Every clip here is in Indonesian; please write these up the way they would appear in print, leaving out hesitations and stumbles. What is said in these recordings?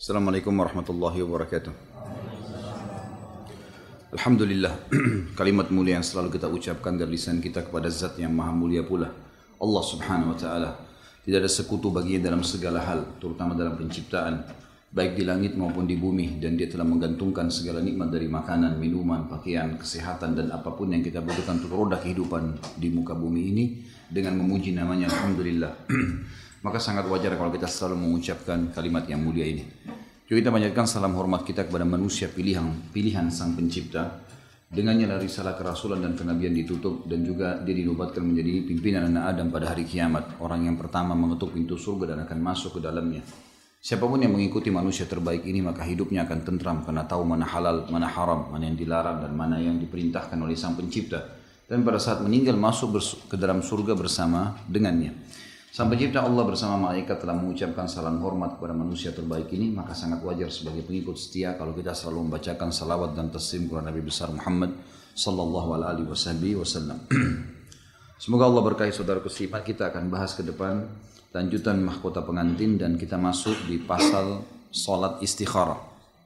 Assalamualaikum warahmatullahi wabarakatuh. Alhamdulillah, kalimat mulia yang selalu kita ucapkan dari lisan kita kepada zat yang maha mulia pula, Allah subhanahu wa ta'ala. Tidak ada sekutu baginya dalam segala hal, terutama dalam penciptaan, baik di langit maupun di bumi. Dan dia telah menggantungkan segala nikmat dari makanan, minuman, pakaian, kesehatan, dan apapun yang kita butuhkan untuk roda kehidupan di muka bumi ini dengan memuji namanya Alhamdulillah. Maka sangat wajar kalau kita selalu mengucapkan kalimat yang mulia ini. Juga kita panjatkan salam hormat kita kepada manusia pilihan Sang Pencipta. Dengannya dari risalah kerasulan dan kenabian ditutup, dan juga dia dinobatkan menjadi pimpinan anak Adam pada hari kiamat. Orang yang pertama mengetuk pintu surga dan akan masuk ke dalamnya. Siapapun yang mengikuti manusia terbaik ini, maka hidupnya akan tentram karena tahu mana halal, mana haram, mana yang dilarang dan mana yang diperintahkan oleh Sang Pencipta. Dan pada saat meninggal masuk ke dalam surga bersama dengannya. Sang Pencipta Allah bersama malaikat telah mengucapkan salam hormat kepada manusia terbaik ini, maka sangat wajar sebagai pengikut setia kalau kita selalu membacakan salawat dan taslim kepada Nabi besar Muhammad sallallahu alaihi wasallam. Semoga Allah berkahi saudaraku seiman. Kita akan bahas ke depan lanjutan mahkota pengantin dan kita masuk di pasal salat istikharah.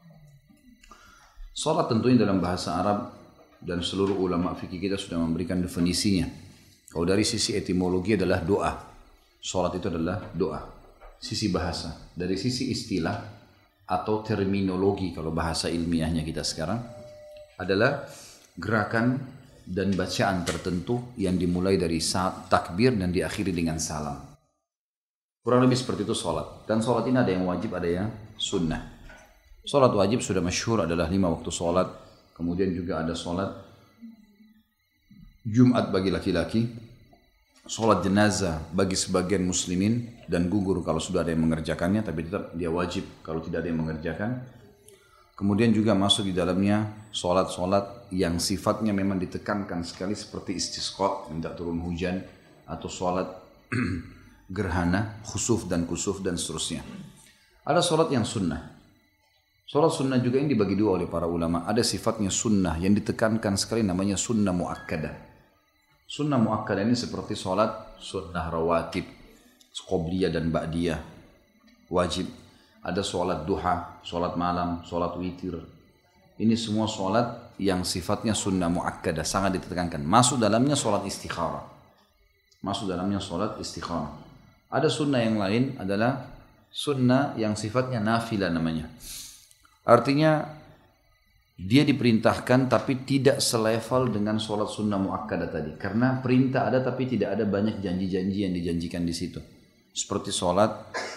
Salat tentunya dalam bahasa Arab dan seluruh ulama fikih kita sudah memberikan definisinya. Kalau dari sisi etimologi adalah doa. Salat itu adalah doa. Sisi bahasa, dari sisi istilah atau terminologi kalau bahasa ilmiahnya kita sekarang adalah gerakan dan bacaan tertentu yang dimulai dari saat takbir dan diakhiri dengan salam. Kurang lebih seperti itu salat. Dan salat ini ada yang wajib, ada yang sunnah. Salat wajib sudah masyhur adalah 5 waktu salat. Kemudian juga ada salat Jumat bagi laki-laki. Salat jenazah bagi sebagian muslimin dan gugur kalau sudah ada yang mengerjakannya, tapi tetap dia wajib kalau tidak ada yang mengerjakan. Kemudian juga masuk di dalamnya salat-salat yang sifatnya memang ditekankan sekali seperti istisqa, minta turun hujan, atau salat gerhana, khusuf dan kusuf dan seterusnya. Ada salat yang sunnah. Salat sunnah juga yang dibagi dua oleh para ulama. Ada sifatnya sunnah yang ditekankan sekali, namanya sunnah muakkadah. Sunnah muakkadah ini seperti sholat sunnah rawatib, qobliyah dan ba'diyah, wajib. Ada sholat duha, sholat malam, sholat witir. Ini semua sholat yang sifatnya sunnah muakkadah, sangat ditekankan. Masuk dalamnya sholat istikharah. Ada sunnah yang lain adalah sunnah yang sifatnya nafilah namanya. Artinya dia diperintahkan tapi tidak selevel dengan sholat sunnah muakkadah tadi. Karena perintah ada tapi tidak ada banyak janji-janji yang dijanjikan di situ. Seperti sholat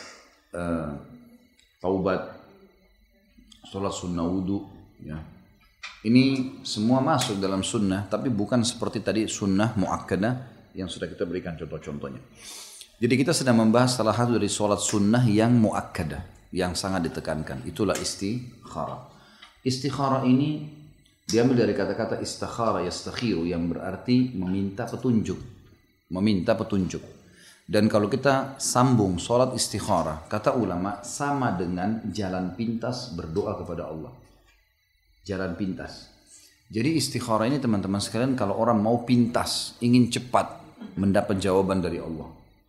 taubat, sholat sunnah wudu. Ya. Ini semua masuk dalam sunnah tapi bukan seperti tadi sunnah muakkadah yang sudah kita berikan contoh-contohnya. Jadi kita sedang membahas salah satu dari sholat sunnah yang muakkadah, yang sangat ditekankan. Itulah istikharah. Istikharah ini diambil dari kata-kata istakhara yastakhiru yang berarti meminta petunjuk. Dan kalau kita sambung sholat istikharah, kata ulama sama dengan jalan pintas berdoa kepada Allah. Jalan pintas. Jadi istikharah ini teman-teman sekalian, kalau orang mau pintas, ingin cepat mendapat jawaban dari Allah.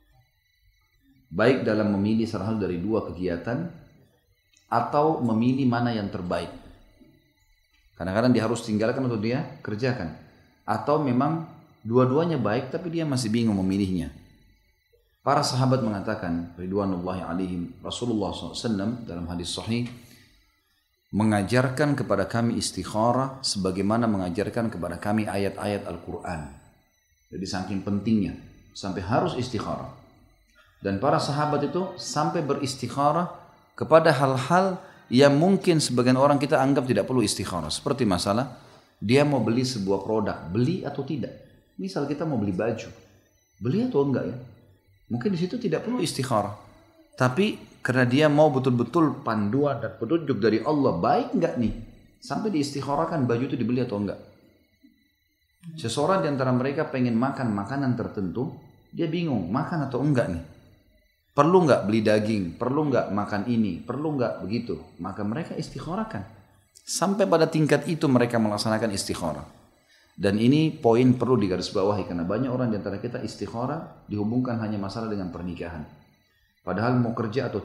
Baik dalam memilih salah satu dari dua kegiatan atau memilih mana yang terbaik. Kadang-kadang dia harus tinggalkan atau dia kerjakan. Atau memang dua-duanya baik tapi dia masih bingung memilihnya. Para sahabat mengatakan, ridwanullahi alaihim, Rasulullah SAW dalam hadis sahih mengajarkan kepada kami istikharah sebagaimana mengajarkan kepada kami ayat-ayat Al-Quran. Jadi saking pentingnya, sampai harus istikharah. Dan para sahabat itu sampai beristikharah kepada hal-hal yang mungkin sebagian orang kita anggap tidak perlu istikharah. Seperti masalah dia mau beli sebuah produk, beli atau tidak. Misal kita mau beli baju, beli atau enggak ya. Mungkin di situ tidak perlu istikharah. Tapi karena dia mau betul-betul panduan dan petunjuk dari Allah, baik enggak nih, sampai diistikharahkan baju itu dibeli atau enggak. Seseorang di antara mereka pengen makan makanan tertentu, dia bingung makan atau enggak nih. Perlu nggak beli daging? Perlu nggak makan ini? Perlu nggak begitu? Maka mereka istikharahkan. Sampai pada tingkat itu mereka melaksanakan istikharah. Dan ini poin perlu digarisbawahi karena banyak orang di antara kita istikharah dihubungkan hanya masalah dengan pernikahan. Padahal mau kerja atau tidak.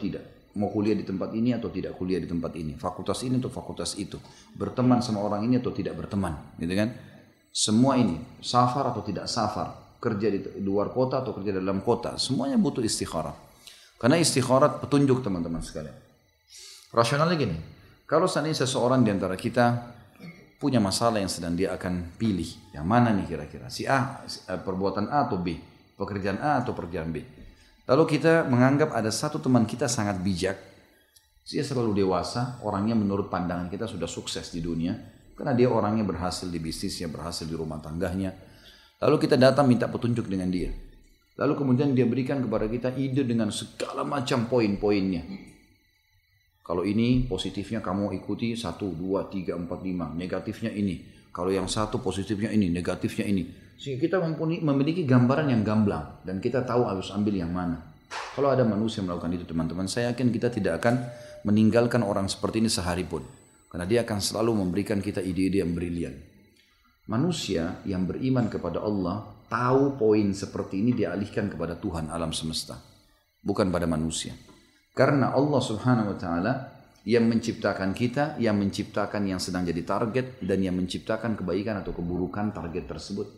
mau kuliah di tempat ini atau tidak kuliah di tempat ini, fakultas ini atau fakultas itu, berteman sama orang ini atau tidak berteman, gitu kan? Semua ini, safar atau tidak safar, kerja di luar kota atau kerja di dalam kota, semuanya butuh istikharah. Karena istikharah petunjuk teman-teman sekalian. Rasionalnya gini, kalau seandainya seseorang di antara kita punya masalah yang sedang dia akan pilih, yang mana nih kira-kira, si A, perbuatan A atau B, pekerjaan A atau pekerjaan B. Lalu kita menganggap ada satu teman kita sangat bijak, dia selalu dewasa, orangnya menurut pandangan kita sudah sukses di dunia, karena dia orangnya berhasil di bisnisnya, berhasil di rumah tangganya. Lalu kita datang minta petunjuk dengan dia. Lalu kemudian dia berikan kepada kita ide dengan segala macam poin-poinnya. Kalau ini positifnya kamu ikuti 1, 2, 3, 4, 5. Negatifnya ini. Kalau yang satu positifnya ini, negatifnya ini. Sehingga kita memiliki gambaran yang gamblang. Dan kita tahu harus ambil yang mana. Kalau ada manusia melakukan itu teman-teman, saya yakin kita tidak akan meninggalkan orang seperti ini sehari pun. Karena dia akan selalu memberikan kita ide-ide yang brilian. Manusia yang beriman kepada Allah, tahu poin seperti ini dialihkan kepada Tuhan alam semesta. Bukan pada manusia. Karena Allah subhanahu wa ta'ala yang menciptakan kita, yang menciptakan yang sedang jadi target, dan yang menciptakan kebaikan atau keburukan target tersebut.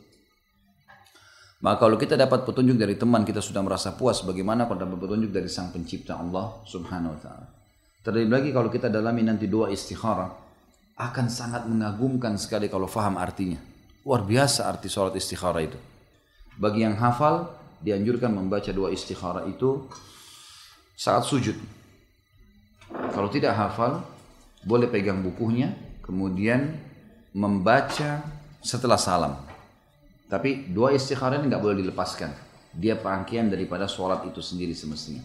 Maka kalau kita dapat petunjuk dari teman, kita sudah merasa puas. Bagaimana kalau dapat petunjuk dari sang pencipta Allah subhanahu wa ta'ala. Terlebih lagi kalau kita dalami nanti doa istikharah, akan sangat mengagumkan sekali kalau faham artinya. Luar biasa arti sholat istikharah itu. Bagi yang hafal, dianjurkan membaca doa istikharah itu saat sujud. Kalau tidak hafal, boleh pegang bukunya, kemudian membaca setelah salam. Tapi doa istikharah ini nggak boleh dilepaskan. Dia rangkaian daripada sholat itu sendiri semestinya.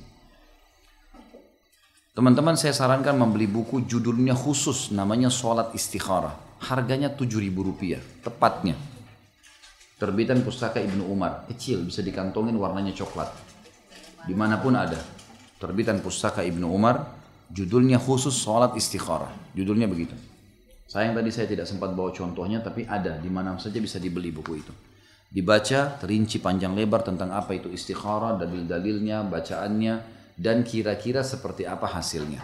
Teman-teman, saya sarankan membeli buku judulnya khusus, namanya Sholat Istikharah. Harganya Rp7.000, tepatnya. Terbitan Pustaka Ibnu Umar, kecil, bisa dikantongin, warnanya coklat. Dimanapun ada. Terbitan Pustaka Ibnu Umar, judulnya khusus Sholat Istikharah. Judulnya begitu. Sayang tadi saya tidak sempat bawa contohnya, tapi ada, di mana saja bisa dibeli buku itu. Dibaca, terinci panjang lebar tentang apa itu istikharah, dalil-dalilnya, bacaannya, dan kira-kira seperti apa hasilnya.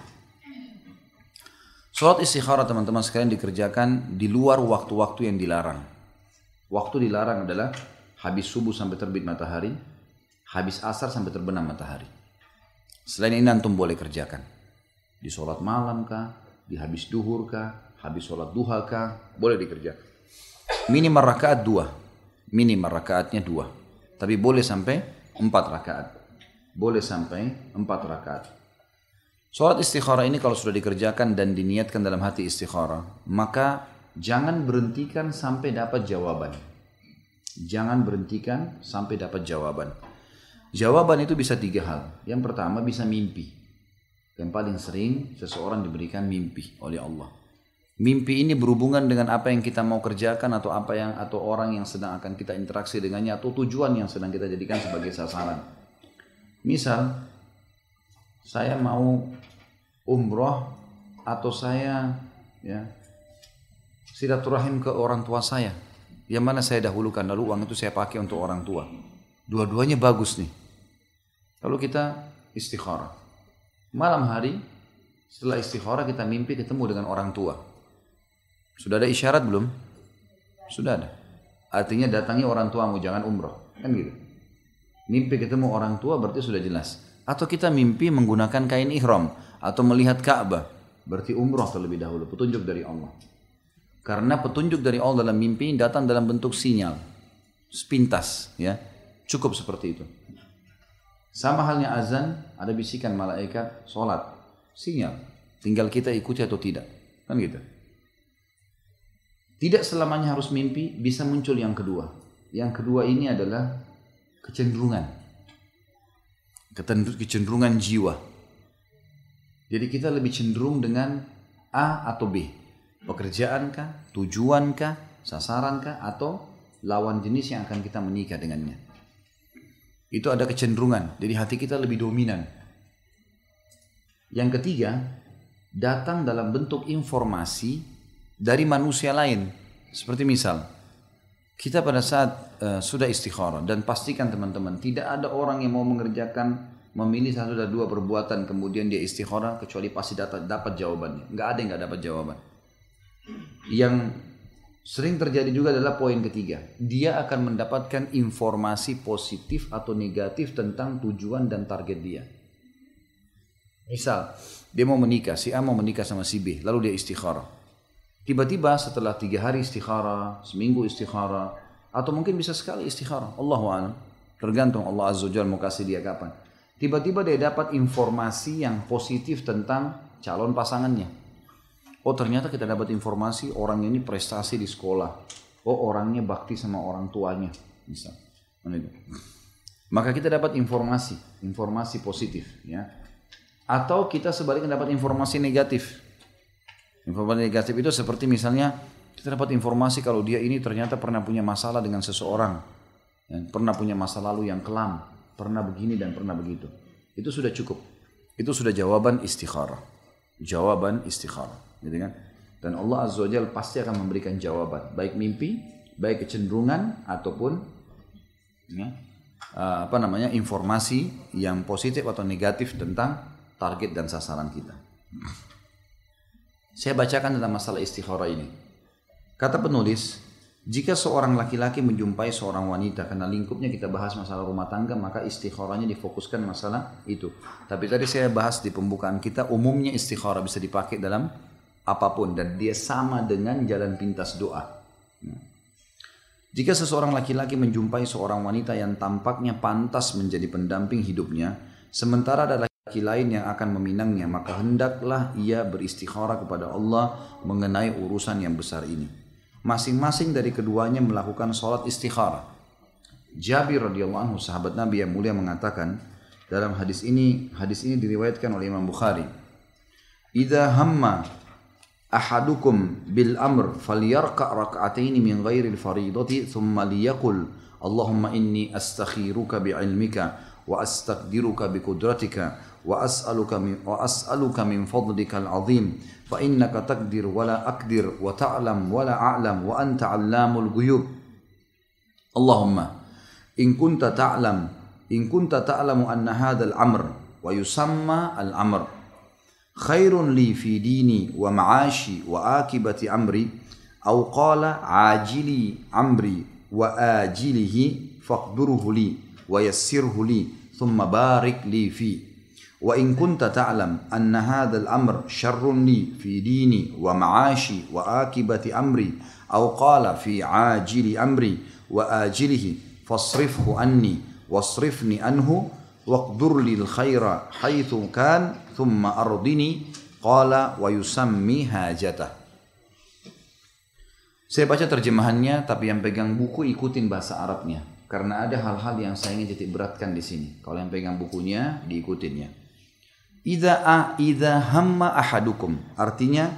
Sholat istikharah teman-teman sekalian dikerjakan di luar waktu-waktu yang dilarang. Waktu dilarang adalah habis subuh sampai terbit matahari, habis asar sampai terbenam matahari. Selain ini antum boleh kerjakan. Di sholat malam kah, di habis duhur kah, habis sholat duha kah, boleh dikerjakan. Minimal rakaat 2. Minimal rakaatnya 2. Tapi boleh sampai 4 rakaat. Boleh sampai 4 rakaat. Sholat istikharah ini kalau sudah dikerjakan dan diniatkan dalam hati istikharah, maka jangan berhentikan sampai dapat jawaban. Jangan berhentikan sampai dapat jawaban. Jawaban itu bisa 3 hal. Yang pertama bisa mimpi. Yang paling sering seseorang diberikan mimpi oleh Allah. Mimpi ini berhubungan dengan apa yang kita mau kerjakan atau orang yang sedang akan kita interaksi dengannya atau tujuan yang sedang kita jadikan sebagai sasaran. Misal, saya mau umroh atau saya silaturahim ke orang tua saya. Yang mana saya dahulukan, lalu uang itu saya pakai untuk orang tua. Dua-duanya bagus nih. Lalu kita istikharah. Malam hari setelah istikharah kita mimpi ketemu dengan orang tua. Sudah ada isyarat belum? Sudah ada. Artinya datangi orang tuamu, jangan umroh. Kan gitu. Mimpi ketemu orang tua berarti sudah jelas. Atau kita mimpi menggunakan kain ihram atau melihat Ka'bah, berarti umroh terlebih dahulu, petunjuk dari Allah. Karena petunjuk dari Allah dalam mimpi datang dalam bentuk sinyal, sepintas, ya, cukup seperti itu. Sama halnya azan, ada bisikan malaikat, sholat, sinyal, tinggal kita ikuti atau tidak, kan gitu. Tidak selamanya harus mimpi, bisa muncul yang kedua. Yang kedua ini adalah kecenderungan jiwa. Jadi kita lebih cenderung dengan A atau B, pekerjaankah, tujuankah, sasarankah, atau lawan jenis yang akan kita menikah dengannya. Itu ada kecenderungan, jadi hati kita lebih dominan. Yang ketiga, datang dalam bentuk informasi dari manusia lain. Seperti misal, kita pada saat sudah istikharah, dan pastikan teman-teman, tidak ada orang yang mau mengerjakan memilih satu dari dua perbuatan kemudian dia istikharah kecuali pasti dapat jawabannya. Nggak ada yang nggak dapat jawaban. Yang sering terjadi juga adalah poin ketiga. Dia akan mendapatkan informasi positif atau negatif tentang tujuan dan target dia. Misal, dia mau menikah, si A mau menikah sama si B, lalu dia istikharah. Tiba-tiba setelah 3 hari istikharah, seminggu istikharah, atau mungkin bisa sekali istikharah, Allahu a'lam. Tergantung Allah Azza wa Jalla mau kasih dia kapan. Tiba-tiba dia dapat informasi yang positif tentang calon pasangannya. Oh ternyata kita dapat informasi orang ini prestasi di sekolah. Oh orangnya bakti sama orang tuanya. Misal. Maka kita dapat informasi positif. Ya. Atau kita sebaliknya dapat informasi negatif. Informasi negatif itu seperti misalnya kita dapat informasi kalau dia ini ternyata pernah punya masalah dengan seseorang. Ya, pernah punya masa lalu yang kelam. Pernah begini dan pernah begitu. Itu sudah cukup. Itu sudah jawaban istikharah. Jawaban istikharah. Gitu kan? Dan Allah Azza wa Jalla pasti akan memberikan jawaban. Baik mimpi, baik kecenderungan, ataupun ya, informasi yang positif atau negatif tentang target dan sasaran kita. Saya bacakan tentang masalah istikharah ini. Kata penulis, jika seorang laki-laki menjumpai seorang wanita, karena lingkupnya kita bahas masalah rumah tangga, maka istikharahnya difokuskan masalah itu. Tapi tadi saya bahas di pembukaan kita, umumnya istikharah bisa dipakai dalam apapun dan dia sama dengan jalan pintas doa. Jika seseorang laki-laki menjumpai seorang wanita yang tampaknya pantas menjadi pendamping hidupnya, sementara ada laki lain yang akan meminangnya, maka hendaklah ia beristikharah kepada Allah mengenai urusan yang besar ini. Masing-masing dari keduanya melakukan sholat istikharah. Jabir radhiyallahu anhu, sahabat Nabi yang mulia, mengatakan dalam hadis ini diriwayatkan oleh Imam Bukhari. Idza hamma ahadukum bil amr falyarka' rak'ataini min ghairil faridati thumma liyaqul Allahumma inni astakhiruka bi'ilmika wa astaqdiruka biqudratika wa as'aluka min fadlika al-'azim fa innaka taqdir wa la aqdir wa ta'lam wa la a'lam wa anta 'allamul ghuyub. Allahumma in kunta ta'lamu anna hadzal amr wa yusamma al-amr khairun li fi dini wa ma'ashi wa akibati amri aw qala ajili amri wa ajilihi faqdurhu li wa yassirhu li thumma barik li fi wa in kunta ta'lam anna hadzal amr syarrun li fi dini wa ma'ashi wa akibati amri aw qala fi ajili amri wa ajilihi fasrifhu anni wasrifni anhu waqdur lil khaira haitsu kan thumma ardini qala wa yusammi hajatah. Saya baca terjemahannya, tapi yang pegang buku ikutin bahasa Arabnya karena ada hal-hal yang saya ingin titik beratkan di sini. Kalau yang pegang bukunya diikutin ya. Idza hamma ahadukum, artinya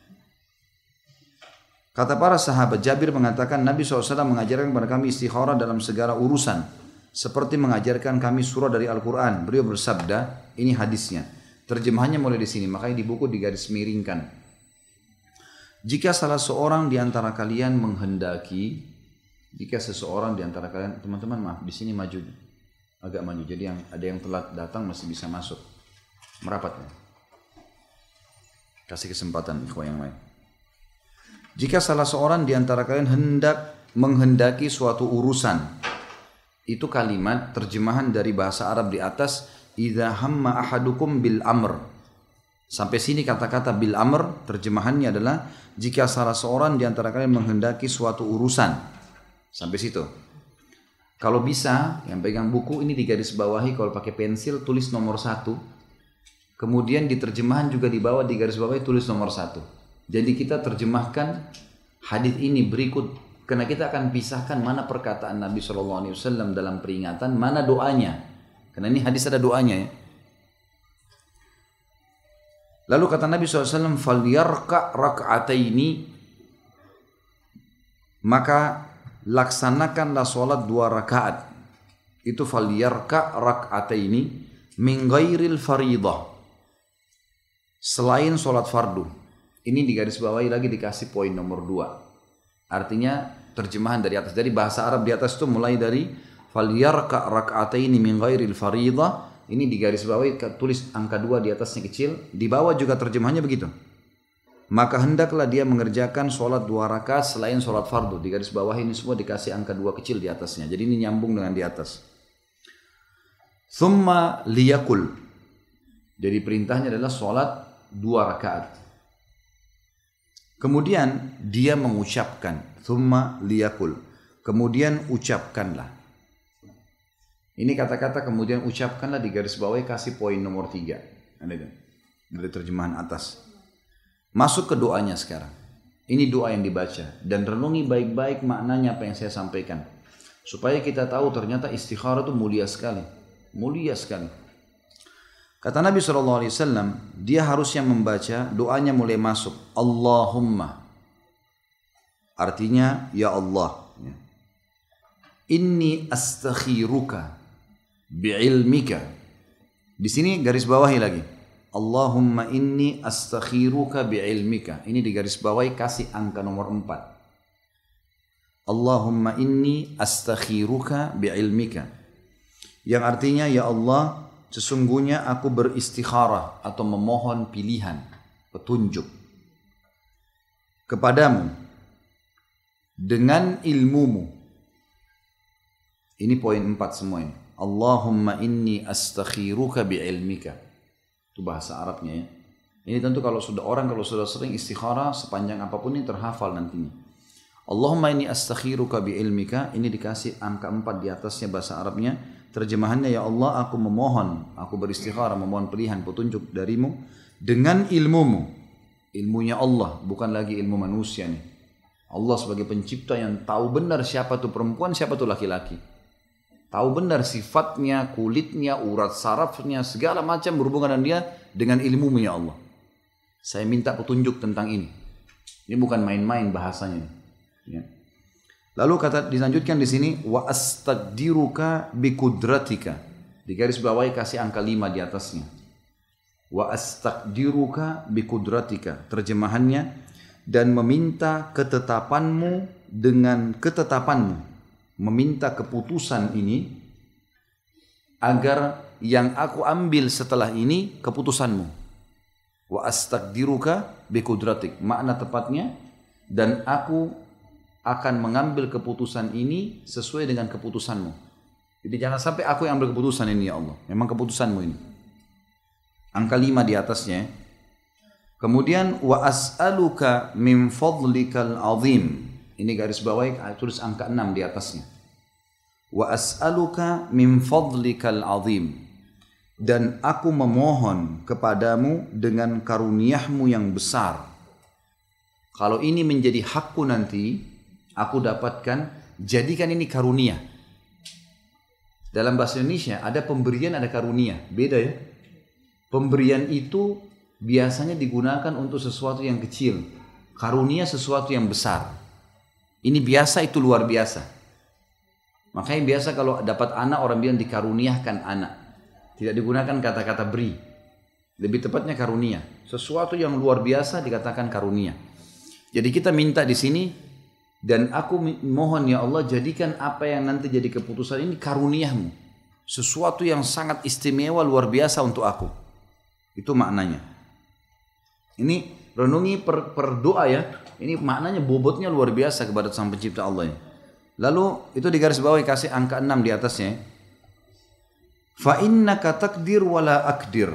kata para sahabat, Jabir mengatakan Nabi SAW mengajarkan kepada kami istikharah dalam segala urusan seperti mengajarkan kami surah dari Al-Quran. Beliau bersabda, ini hadisnya, terjemahannya mulai di sini, makanya di buku digaris miringkan. Jika salah seorang di antara kalian menghendaki, teman-teman maaf, di sini maju, agak maju, jadi yang ada yang telat datang masih bisa masuk, merapat ya. Kasih kesempatan ikhwah yang lain. Jika salah seorang di antara kalian menghendaki suatu urusan, itu kalimat terjemahan dari bahasa Arab di atas, idza hamma ahadukum bil amr. Sampai sini kata-kata bil amr terjemahannya adalah jika salah seorang di antara kalian menghendaki suatu urusan. Sampai situ. Kalau bisa, yang pegang buku ini digaris bawahi, kalau pakai pensil tulis nomor 1. Kemudian di terjemahan juga di bawah digaris bawahi tulis nomor 1. Jadi kita terjemahkan hadis ini berikut, karena kita akan pisahkan mana perkataan Nabi SAW dalam peringatan, mana doanya. Karena ini hadis ada doanya ya. Lalu kata Nabi SAW, falyarka rak'ataini, maka laksanakanlah sholat 2 rakaat. Itu falyarka rak'ataini min ghairil faridah, selain sholat fardu. Ini digaris bawahi lagi, dikasih poin nomor 2. Artinya terjemahan dari atas, dari bahasa Arab di atas itu mulai dari falyarka rak'ataini min ghairil faridah Ini di garis bawahi, tulis angka 2 di atasnya kecil. Di bawah juga terjemahannya begitu. Maka hendaklah dia mengerjakan sholat 2 rakaat selain sholat fardu. Di garis bawah ini semua dikasih angka 2 kecil di atasnya. Jadi ini nyambung dengan di atas. Thumma liyakul. Jadi perintahnya adalah sholat 2 rakaat. Kemudian dia mengucapkan. Thumma liyakul. Kemudian ucapkanlah. Ini kata-kata kemudian ucapkanlah di garis bawah kasih poin nomor 3. Ada itu. Dari terjemahan atas. Masuk ke doanya sekarang. Ini doa yang dibaca. Dan renungi baik-baik maknanya apa yang saya sampaikan. Supaya kita tahu ternyata istikharah itu mulia sekali. Mulia sekali. Kata Nabi SAW, dia harusnya membaca doanya mulai masuk. Allahumma. Artinya, ya Allah. Inni astakhiruka bi'ilmika. Di sini garis bawahi lagi. Allahumma inni astakhiruka bi'ilmika. Ini di garis bawahi kasih angka nomor 4. Allahumma inni astakhiruka bi'ilmika. Yang artinya, ya Allah, sesungguhnya aku beristikharah atau memohon pilihan, petunjuk kepadamu dengan ilmumu. Ini poin 4 semua ini. Allahumma inni astakhiruka bi'ilmika. Itu bahasa Arabnya ya. Ini tentu kalau sudah sering istikharah sepanjang apapun ini terhafal nantinya. Allahumma inni astakhiruka bi'ilmika. Ini dikasih angka 4 di atasnya bahasa Arabnya. Terjemahannya, ya Allah, aku memohon, aku beristikharah, memohon pilihan petunjuk darimu dengan ilmumu. Ilmunya Allah, bukan lagi ilmu manusia nih. Allah sebagai pencipta yang tahu benar siapa tuh perempuan, siapa tuh laki-laki. Tahu benar sifatnya, kulitnya, urat sarafnya, segala macam berhubungan dengan dia dengan ilmumu ya Allah. Saya minta petunjuk tentang ini. Ini bukan main-main bahasanya. Ya. Lalu dilanjutkan di sini wa astaqdiruka biqudratika. Di garis bawahi kasih angka 5 di atasnya. Wa astaqdiruka biqudratika. Terjemahannya, dan meminta ketetapanmu dengan ketetapanmu. Meminta keputusan ini agar yang aku ambil setelah ini keputusanmu. Wa astaqdiruka biqudratik. Makna tepatnya, dan aku akan mengambil keputusan ini sesuai dengan keputusanmu. Jadi jangan sampai aku yang ambil keputusan ini ya Allah. Memang keputusanmu ini. Angka 5 di atasnya. Kemudian wa as'aluka min fadlikal azim. Ini garis bawahi tulis angka 6 di atasnya. Wa as'aluka min fadlikal azim. Dan aku memohon kepadamu dengan karuniamu yang besar. Kalau ini menjadi hakku nanti, aku dapatkan, jadikan ini karunia. Dalam bahasa Indonesia ada pemberian, ada karunia. Beda ya. Pemberian itu biasanya digunakan untuk sesuatu yang kecil. Karunia sesuatu yang besar. Ini biasa, itu luar biasa. Makanya biasa kalau dapat anak orang bilang dikaruniakan anak. Tidak digunakan kata-kata beri. Lebih tepatnya karunia. Sesuatu yang luar biasa dikatakan karunia. Jadi kita minta di sini, dan aku mohon ya Allah jadikan apa yang nanti jadi keputusan ini karuniamu. Sesuatu yang sangat istimewa luar biasa untuk aku. Itu maknanya. Ini renungi per doa ya. Ini maknanya bobotnya luar biasa kepada Sang Pencipta Allah ini. Lalu itu di garis bawah kasih angka 6 di atasnya. Fa innaka taqdir wala aqdir.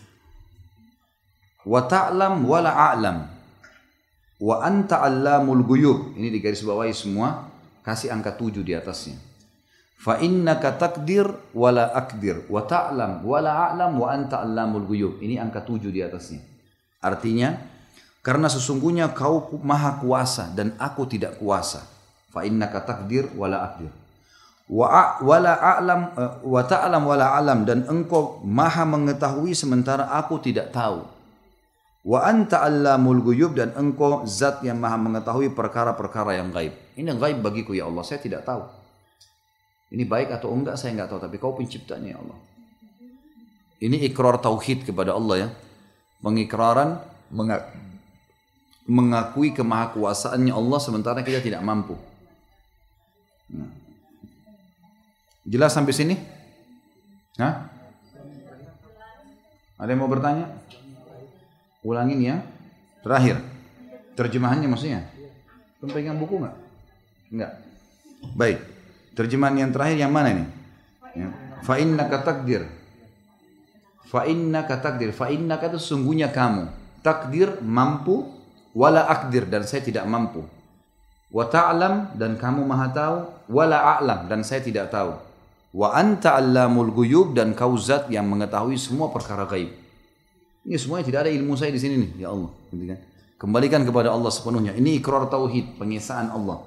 Wa ta'lam wala a'lam. Wa anta 'allamul ghuyub. Ini di garis bawahi semua, kasih angka 7 di atasnya. Fa innaka taqdir wala aqdir wa ta'lam wala a'lam wa anta 'allamul ghuyub. Ini angka 7 di atasnya. Artinya, karena sesungguhnya kau maha kuasa dan aku tidak kuasa. Fa innaka taqdir wala aqdir. Wa ta'lam wala a'lam, dan engkau maha mengetahui sementara aku tidak tahu. Wa anta 'allamul ghuyub, dan engkau zat yang maha mengetahui perkara-perkara yang gaib. Ini gaib bagiku ya Allah, saya tidak tahu. Ini baik atau enggak saya enggak tahu, tapi kau penciptanya ya Allah. Ini ikrar tauhid kepada Allah ya. Pengikraran mengakui kemahakuasaannya Allah sementara kita tidak mampu. Jelas sampai sini? Hah? Ada yang mau bertanya? Ulangin ya. Terakhir. Terjemahannya maksudnya? Kamu pegang buku nggak? Enggak. Baik. Terjemahan yang terakhir yang mana nih? Ya. Fa innaka takdir. Fa innaka takdir. Fa innaka itu sungguhnya kamu. Takdir mampu. Wala akdir dan saya tidak mampu. Wa ta'lam dan kamu maha tahu. Wala a'lam dan saya tidak tahu. Wa anta 'allamul ghuyub dan kau zat yang mengetahui semua perkara gaib. Ini semuanya tidak ada ilmu saya di sini nih, ya Allah. Kembalikan kepada Allah sepenuhnya. Ini ikrar tauhid, pengesaan Allah.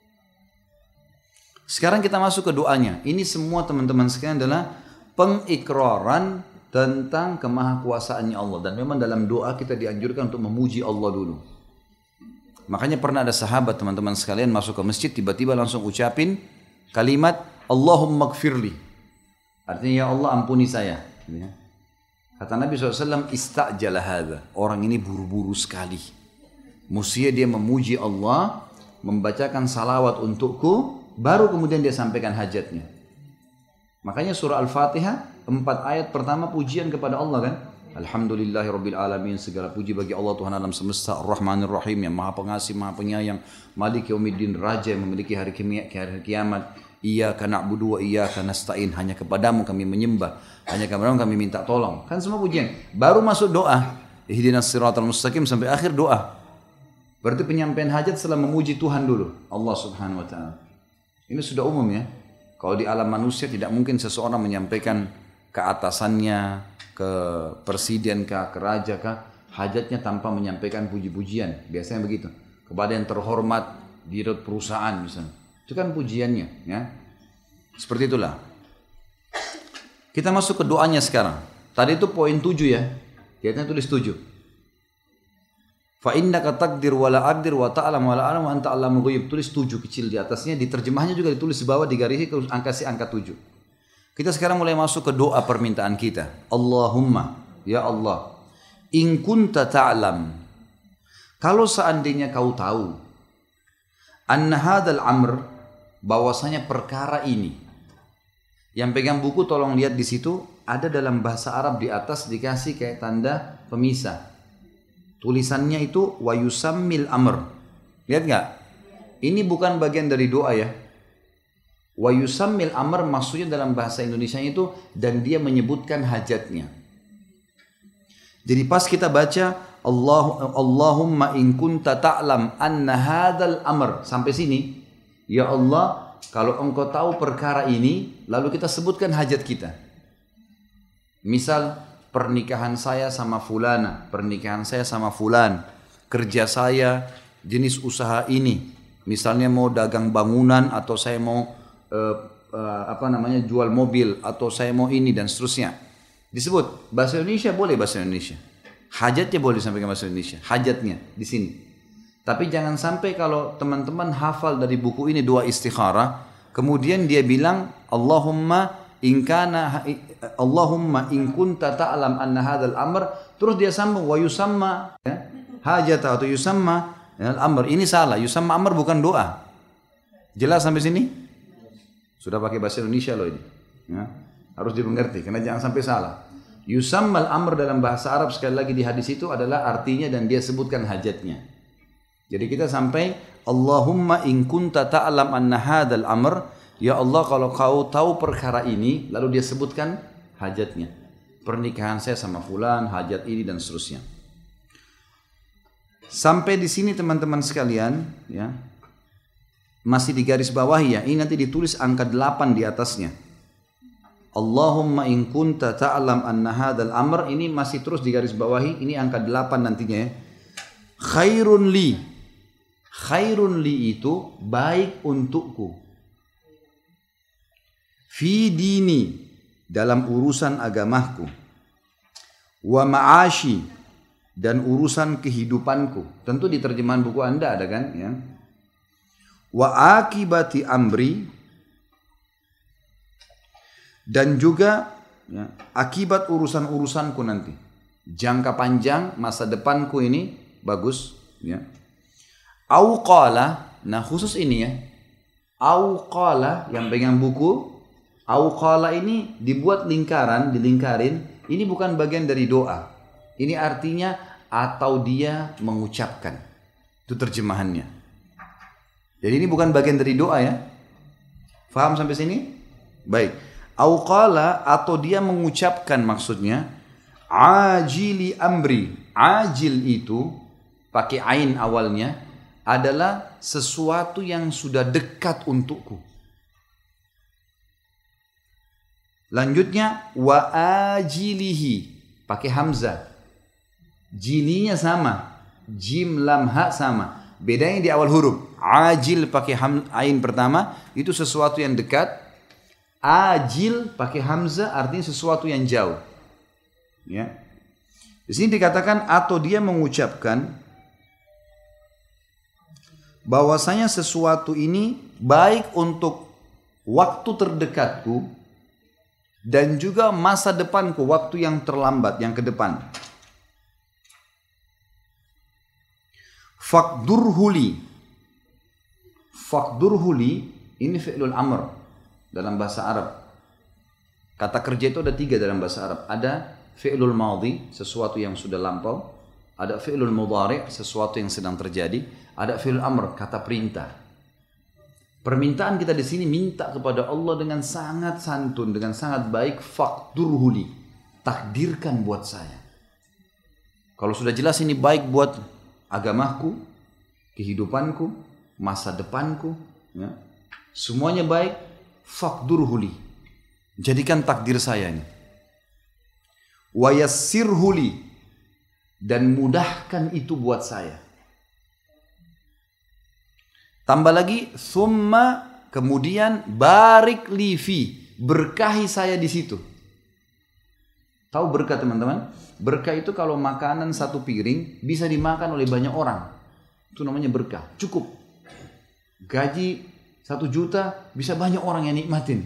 Sekarang kita masuk ke doanya. Ini semua teman-teman sekalian adalah pengikraran tentang kemahakuasaannya Allah. Dan memang dalam doa kita dianjurkan untuk memuji Allah dulu. Makanya pernah ada sahabat teman-teman sekalian masuk ke masjid, tiba-tiba langsung ucapin kalimat Allahumma gfirli. Artinya ya Allah ampuni saya. Kata Nabi SAW, istajala hadha. Orang ini buru-buru sekali. Mestinya dia memuji Allah, membacakan salawat untukku, baru kemudian dia sampaikan hajatnya. Makanya surah Al-Fatihah, 4 ayat pertama pujian kepada Allah kan. Alhamdulillahirabbil alamin, segala puji bagi Allah Tuhan alam semesta, Ar-Rahmanir Rahim yang Maha Pengasih, Maha Penyayang, Malik Yaumiddin, Raja yang memiliki hari kiamat. Iyyaka na'budu wa iyyaka nasta'in, hanya kepadamu kami menyembah, hanya kepadamu kami minta tolong. Kan semua pujian. Baru masuk doa, ihdinas siratal mustaqim sampai akhir doa. Berarti penyampaian hajat setelah memuji Tuhan dulu, Allah Subhanahu wa taala. Ini sudah umum ya. Kalau di alam manusia tidak mungkin seseorang menyampaikan ke atasannya, ke presiden kah, ke raja kah, hajatnya tanpa menyampaikan puji-pujian. Biasanya begitu. Kepada yang terhormat di perusahaan misalnya. Itu kan pujiannya, ya. Seperti itulah. Kita masuk ke doanya sekarang. Tadi itu poin 7 ya. Dia tulis 7. Fa innaka taqdir wala aqdir wa ta'lam wala a'lam wa anta 'allamul ghuyub. Tulis 7 kecil di atasnya, di terjemahnya juga ditulis di bawah digarisi angka 7. Kita sekarang mulai masuk ke doa permintaan kita. Allahumma, ya Allah, in kunta ta'lam. Kalau seandainya kau tahu anna hadzal amr, bahwasanya perkara ini. Yang pegang buku tolong lihat di situ, ada dalam bahasa Arab di atas dikasih kayak tanda pemisah. Tulisannya itu wa yusammil amr. Lihat nggak? Ini bukan bagian dari doa ya. Wa yusammil amr maksudnya dalam bahasa Indonesia itu dan dia menyebutkan hajatnya. Jadi pas kita baca Allahumma in kunta ta'lam anna hadzal amr sampai sini, ya Allah, kalau engkau tahu perkara ini, lalu kita sebutkan hajat kita. Misal pernikahan saya sama fulana, pernikahan saya sama fulan, kerja saya jenis usaha ini. Misalnya mau dagang bangunan atau saya mau jual mobil atau saya mau ini dan seterusnya. Disebut bahasa Indonesia boleh bahasa Indonesia. Hajatnya boleh disampaikan bahasa Indonesia. Hajatnya di sini. Tapi jangan sampai kalau teman-teman hafal dari buku ini doa istikharah, kemudian dia bilang Allahumma in kunta ta'lam anna hadzal amr, terus dia sambung wa yusamma ya, hajata atau yusamma al-amr. Ini salah. Yusamma amr bukan doa. Jelas sampai sini? Sudah pakai bahasa Indonesia loh ini. Ya. Harus dimengerti karena jangan sampai salah. Yusammal amr dalam bahasa Arab sekali lagi di hadis itu adalah artinya dan dia sebutkan hajatnya. Jadi kita sampai Allahumma in kunta ta'lam anna hadzal amr, ya Allah kalau kau tahu perkara ini, lalu dia sebutkan hajatnya. Pernikahan saya sama fulan, hajat ini dan seterusnya. Sampai di sini teman-teman sekalian, ya. Masih di garis bawahi ya. Ini nanti ditulis angka 8 di atasnya. Allahumma in kunta ta'lam anna hadzal amr, ini masih terus di garis bawahi, ini angka 8 nantinya ya. Khairun li. Khairun li itu baik untukku. Fi dini, dalam urusan agamaku. Wa ma'ashi, dan urusan kehidupanku. Tentu di terjemahan buku Anda ada kan ya. Wa akibati amri, dan juga ya, akibat urusan-urusanku nanti. Jangka panjang masa depanku ini bagus ya. Au qala, nah khusus ini ya. Au qala yang pegang buku, au qala ini dibuat lingkaran, dilingkarin Ini bukan bagian dari doa. Ini artinya atau dia mengucapkan. Itu terjemahannya. Jadi ini bukan bagian dari doa ya. Faham sampai sini? Baik. Au qala, atau dia mengucapkan, maksudnya ajili amri. Ajil itu pakai ain awalnya adalah sesuatu yang sudah dekat untukku. Lanjutnya wa ajilihi pakai hamzah. Jilinya sama, jim lam ha sama. Bedanya di awal huruf. Ajil pakai ain pertama itu sesuatu yang dekat. Ajil pakai hamzah artinya sesuatu yang jauh. Ya. Di sini dikatakan atau dia mengucapkan bahwasanya sesuatu ini baik untuk waktu terdekatku dan juga masa depanku, waktu yang terlambat, yang ke depan. Faqdurhuli. Faqdurhuli ini fi'lul amr dalam bahasa Arab. Kata kerja itu ada 3 dalam bahasa Arab. Ada fi'lul madhi, sesuatu yang sudah lampau. Ada fi'lul mudhari', sesuatu yang sedang terjadi. Ada fi'lul amr, kata perintah. Permintaan kita di sini minta kepada Allah dengan sangat santun, dengan sangat baik. Faqdurhuli, takdirkan buat saya. Kalau sudah jelas ini baik buat agamaku, kehidupanku, masa depanku, ya, semuanya baik. Faqdurhuli, jadikan takdir saya ini. Wa yassirhuli, dan mudahkan itu buat saya. Tambah lagi, summa, kemudian barik li fi, berkahi saya di situ. Tahu berkah teman-teman? Berkah itu kalau makanan satu piring bisa dimakan oleh banyak orang. Itu namanya berkah. Cukup. Gaji 1 juta bisa banyak orang yang nikmatin.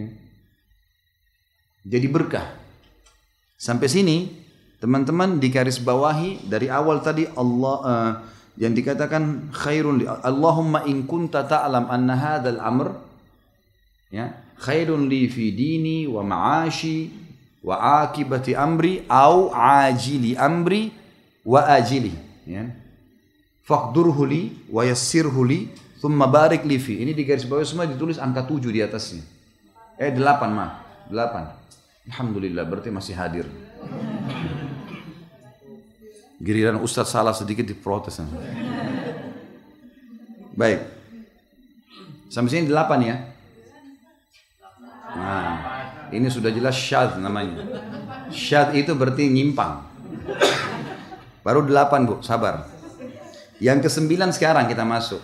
Jadi berkah. Sampai sini teman-teman digaris bawahi dari awal tadi Allah yang dikatakan khairun li Allahumma in kunta ta'lam anna hadzal amr ya khairun li fi dini wa ma'ashi wa akibati amri au ajili amri wa ajili ya. Faqdurhu li wa yassirhu li thumma barik li fi. Ini di garis bawah semua ditulis angka 7 di atasnya. 8 maaf. 8. Alhamdulillah berarti masih hadir. Giliran Ustaz salah sedikit diprotes. Baik. Sampai sini 8 ya. Nah, ini sudah jelas syadz namanya. Syadz itu berarti nyimpang. Baru 8 Bu, sabar. Yang ke-9 sekarang kita masuk.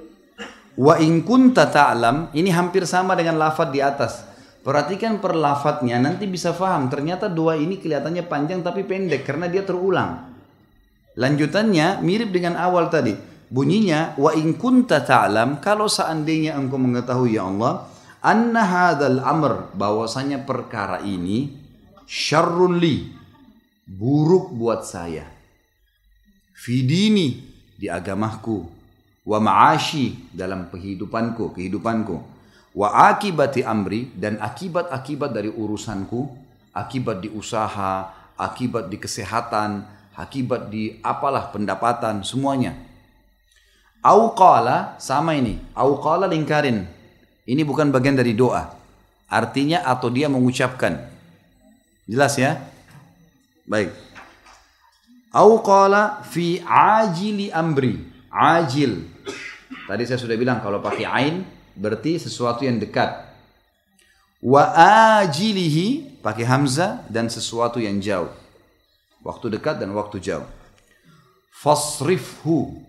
Wa in kunta ta'lam, ini hampir sama dengan lafaz di atas. Perhatikan per lafadznya, nanti bisa paham. Ternyata doa ini kelihatannya panjang tapi pendek karena dia terulang. Lanjutannya mirip dengan awal tadi. Bunyinya wa in kunta ta'lam, kalau seandainya engkau mengetahui ya Allah, anna hadzal amr, bahwasanya perkara ini syarrun li, buruk buat saya. Fi dini, di agamaku, wa ma'ashi, dalam kehidupanku, wa akibati amri, dan akibat-akibat dari urusanku, akibat di usaha, akibat di kesehatan, akibat di apalah pendapatan, semuanya. Au qala, sama ini. Au qala lingkarin. Ini bukan bagian dari doa. Artinya atau dia mengucapkan. Jelas ya? Baik. Au qala fi ajili amri. Ajil. Tadi saya sudah bilang kalau pakai ain berarti sesuatu yang dekat. Wa ajilihi pakai hamzah dan sesuatu yang jauh. Waktu dekat dan waktu jauh. Fasrifhu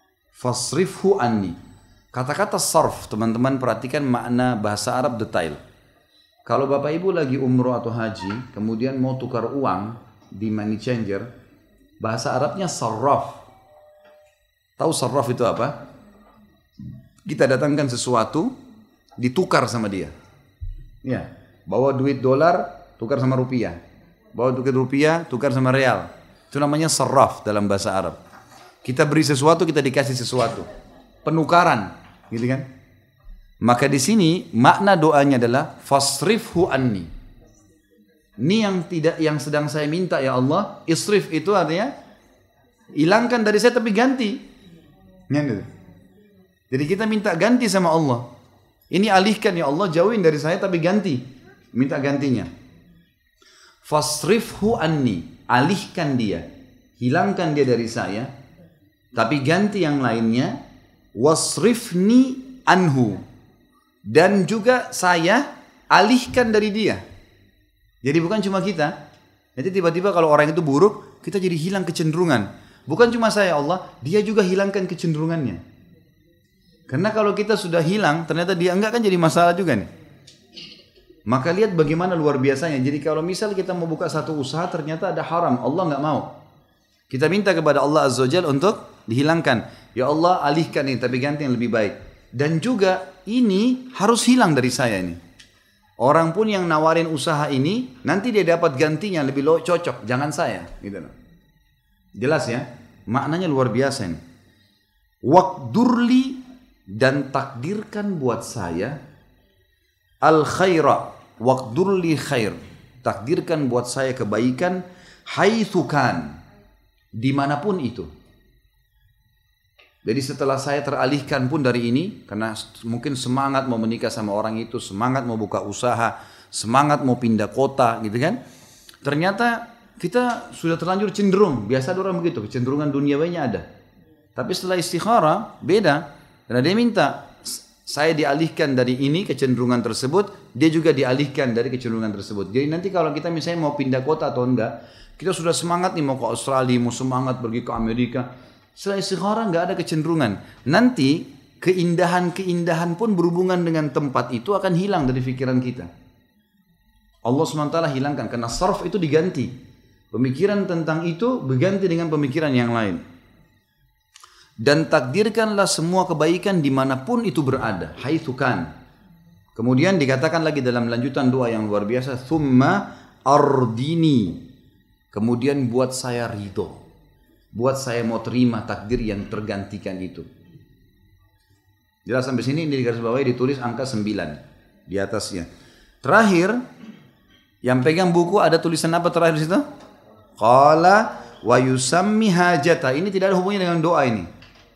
anni. Kata-kata sarf, teman-teman perhatikan makna bahasa Arab detail. Kalau Bapak Ibu lagi umroh atau haji, kemudian mau tukar uang di money changer, bahasa Arabnya sarraf. Tahu sarraf itu apa? Kita datangkan sesuatu, ditukar sama dia. Ya, bawa duit dolar, tukar sama rupiah. Bawa duit rupiah, tukar sama real. Itu namanya sarraf dalam bahasa Arab. Kita beri sesuatu, kita dikasih sesuatu. Penukaran, gitu kan? Maka di sini makna doanya adalah fasrifhu anni. Ini yang sedang saya minta ya Allah. Isrif itu artinya hilangkan dari saya tapi ganti. Jadi kita minta ganti sama Allah. Ini alihkan ya Allah, jauhin dari saya tapi ganti. Minta gantinya. Fasrifhu anni, alihkan dia. Hilangkan dia dari saya. Tapi ganti yang lainnya. Wasrifni anhu. Dan juga saya alihkan dari dia. Jadi bukan cuma kita. Nanti tiba-tiba kalau orang itu buruk, kita jadi hilang kecenderungan. Bukan cuma saya Allah, dia juga hilangkan kecenderungannya. Karena kalau kita sudah hilang, ternyata dia enggak kan jadi masalah juga nih. Maka lihat bagaimana luar biasanya. Jadi kalau misal kita mau buka satu usaha, ternyata ada haram, Allah enggak mau. Kita minta kepada Allah Azza wa Jalla untuk dihilangkan. Ya Allah alihkan ini, tapi ganti yang lebih baik. Dan juga ini harus hilang dari saya ini. Orang pun yang nawarin usaha ini, nanti dia dapat gantinya lebih cocok. Jangan saya. Gitu. Jelas ya? Maknanya luar biasa ini. Waqdurli, dan takdirkan buat saya al khaira. Waqdurli khair. Takdirkan buat saya kebaikan. Haitsukan. Dimanapun itu. Jadi setelah saya teralihkan pun dari ini, karena mungkin semangat mau menikah sama orang itu, semangat mau buka usaha, semangat mau pindah kota gitu kan. Ternyata kita sudah terlanjur cenderung, biasa ada orang begitu, kecenderungan duniawinya ada. Tapi setelah istikharah beda, karena dia minta saya dialihkan dari ini kecenderungan tersebut, dia juga dialihkan dari kecenderungan tersebut. Jadi nanti kalau kita misalnya mau pindah kota atau enggak, kita sudah semangat nih mau ke Australia, mau semangat pergi ke Amerika. Setelah istikharah nggak ada kecenderungan. Nanti keindahan-keindahan pun berhubungan dengan tempat itu akan hilang dari pikiran kita. Allah SWT hilangkan karena sarf itu diganti. Pemikiran tentang itu berganti dengan pemikiran yang lain. Dan takdirkanlah semua kebaikan dimanapun itu berada. Haitsukan. Kemudian dikatakan lagi dalam lanjutan doa yang luar biasa. Thumma ardini. Kemudian buat saya ridho. Buat saya mau terima takdir yang tergantikan itu. Jelas sampai sini, ini di garis bawahnya ditulis angka 9 di atasnya. Terakhir, yang pegang buku ada tulisan apa terakhir di situ? Qala wa yusammi hajata. Ini tidak ada hubungannya dengan doa ini.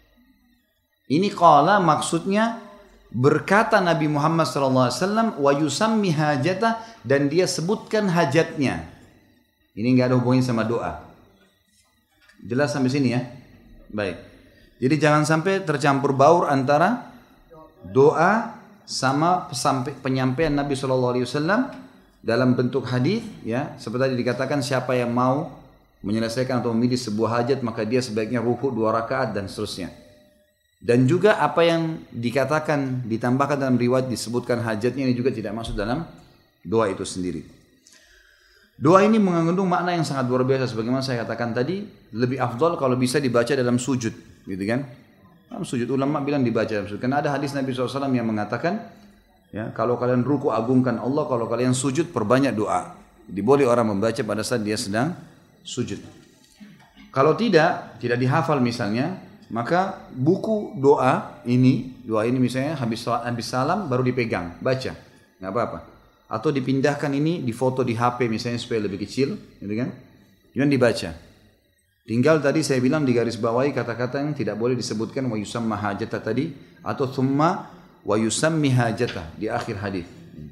Ini qala maksudnya berkata Nabi Muhammad SAW wa yusammi hajata, dan dia sebutkan hajatnya. Ini nggak ada hubungannya sama doa. Jelas sampai sini ya? Baik. Jadi jangan sampai tercampur baur antara doa sama penyampaian Nabi SAW dalam bentuk hadis ya. Seperti tadi dikatakan siapa yang mau menyelesaikan atau memilih sebuah hajat maka dia sebaiknya ruku 2 rakaat dan seterusnya. Dan juga apa yang dikatakan ditambahkan dalam riwayat disebutkan hajatnya ini juga tidak masuk dalam doa itu sendiri. Doa ini mengandung makna yang sangat luar biasa. Sebagaimana saya katakan tadi, lebih afdal kalau bisa dibaca dalam sujud, gitu kan? Dalam sujud, ulama bilang dibaca dalam sujud. Karena ada hadis Nabi SAW yang mengatakan, ya, kalau kalian ruku agungkan Allah, kalau kalian sujud perbanyak doa. Jadi boleh orang membaca pada saat dia sedang sujud. Kalau tidak dihafal misalnya, maka buku doa ini misalnya habis salam baru dipegang, baca, nggak apa-apa. Atau dipindahkan ini, difoto di HP misalnya supaya lebih kecil, gitu kan? Jangan dibaca. Tinggal tadi saya bilang di garis bawahi kata-kata yang tidak boleh disebutkan wa yusamma hajata tadi, atau thumma wa yusammi hajata di akhir hadis.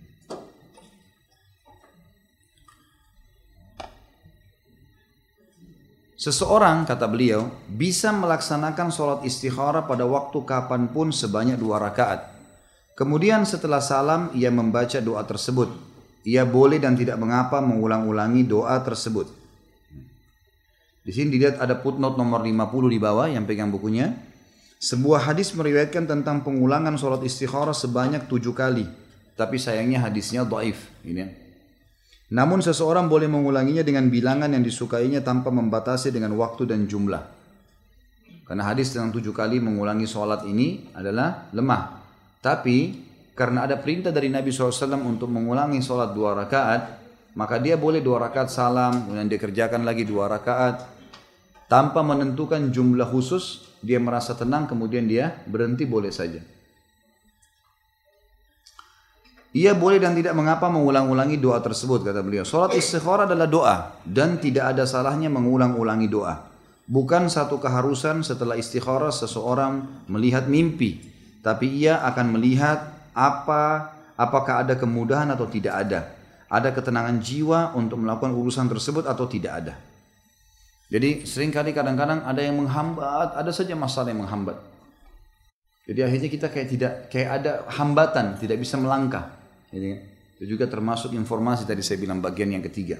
Seseorang, kata beliau, bisa melaksanakan sholat istikharah pada waktu kapanpun sebanyak 2 rakaat. Kemudian setelah salam ia membaca doa tersebut. Ia boleh dan tidak mengapa mengulang-ulangi doa tersebut. Di sini dilihat ada footnote nomor 50 di bawah yang pegang bukunya. Sebuah hadis meriwayatkan tentang pengulangan sholat istikharah sebanyak 7 kali. Tapi sayangnya hadisnya dhaif. Namun seseorang boleh mengulanginya dengan bilangan yang disukainya tanpa membatasi dengan waktu dan jumlah. Karena hadis tentang 7 kali mengulangi sholat ini adalah lemah. Tapi karena ada perintah dari Nabi SAW untuk mengulangi sholat 2 rakaat, maka dia boleh 2 rakaat salam, kemudian dia kerjakan lagi 2 rakaat. Tanpa menentukan jumlah khusus, dia merasa tenang, kemudian dia berhenti boleh saja. Ia boleh dan tidak mengapa mengulang-ulangi doa tersebut, kata beliau. Salat istikharah adalah doa dan tidak ada salahnya mengulang-ulangi doa. Bukan satu keharusan setelah istikharah seseorang melihat mimpi, tapi ia akan melihat apakah ada kemudahan atau tidak ada. Ada ketenangan jiwa untuk melakukan urusan tersebut atau tidak ada. Jadi seringkali kadang-kadang ada yang menghambat, ada saja masalah yang menghambat. Jadi akhirnya kita kayak ada hambatan, tidak bisa melangkah. Itu juga termasuk informasi tadi saya bilang bagian yang ketiga.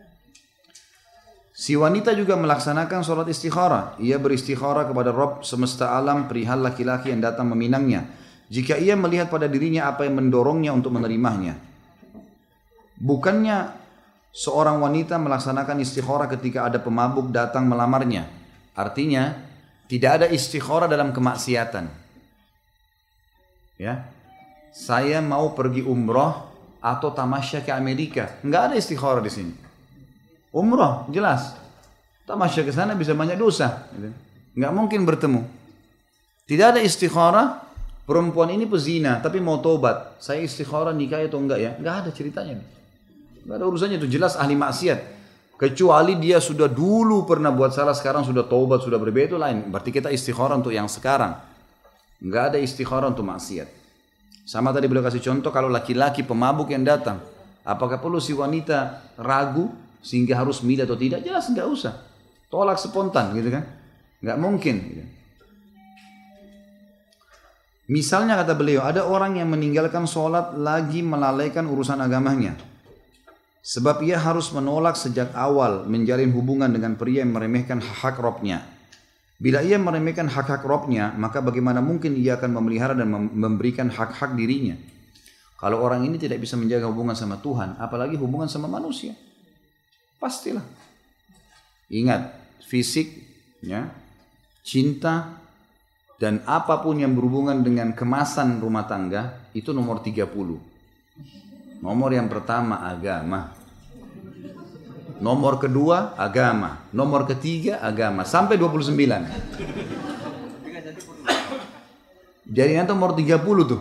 Si wanita juga melaksanakan sholat istikharah. Ia beristikharah kepada Rabb semesta alam perihal laki-laki yang datang meminangnya. Jika ia melihat pada dirinya apa yang mendorongnya untuk menerimanya. Bukannya seorang wanita melaksanakan istikharah ketika ada pemabuk datang melamarnya. Artinya tidak ada istikharah dalam kemaksiatan. Ya, saya mau pergi umroh atau tamasya ke Amerika, nggak ada istikharah di sini. Umroh jelas, tamasya ke sana bisa banyak dosa, nggak mungkin bertemu. Tidak ada istikharah. Perempuan ini pezina tapi mau tobat, saya istikharah nikah atau enggak ya? Nggak ada ceritanya. Nggak ada urusannya, itu jelas ahli maksiat. Kecuali dia sudah dulu pernah buat salah, sekarang sudah tobat, sudah berbeda, itu lain. Berarti kita istikharah untuk yang sekarang. Nggak ada istikharah untuk maksiat. Sama tadi beliau kasih contoh, kalau laki-laki pemabuk yang datang, apakah perlu si wanita ragu sehingga harus milih atau tidak? Jelas nggak usah. Tolak spontan gitu kan. Nggak mungkin. Gitu. Misalnya kata beliau, ada orang yang meninggalkan sholat lagi melalaikan urusan agamanya. Sebab ia harus menolak sejak awal menjalin hubungan dengan pria yang meremehkan hak-hak Robnya. Bila ia meremehkan hak-hak Robnya, maka bagaimana mungkin ia akan memelihara dan memberikan hak-hak dirinya? Kalau orang ini tidak bisa menjaga hubungan sama Tuhan, apalagi hubungan sama manusia. Pastilah. Ingat, fisik, ya, cinta, dan apapun yang berhubungan dengan kemasan rumah tangga, itu nomor 30. Nomor yang pertama agama. Nomor kedua agama. Nomor ketiga agama. Sampai 29. Jadi nanti nomor 30 tuh.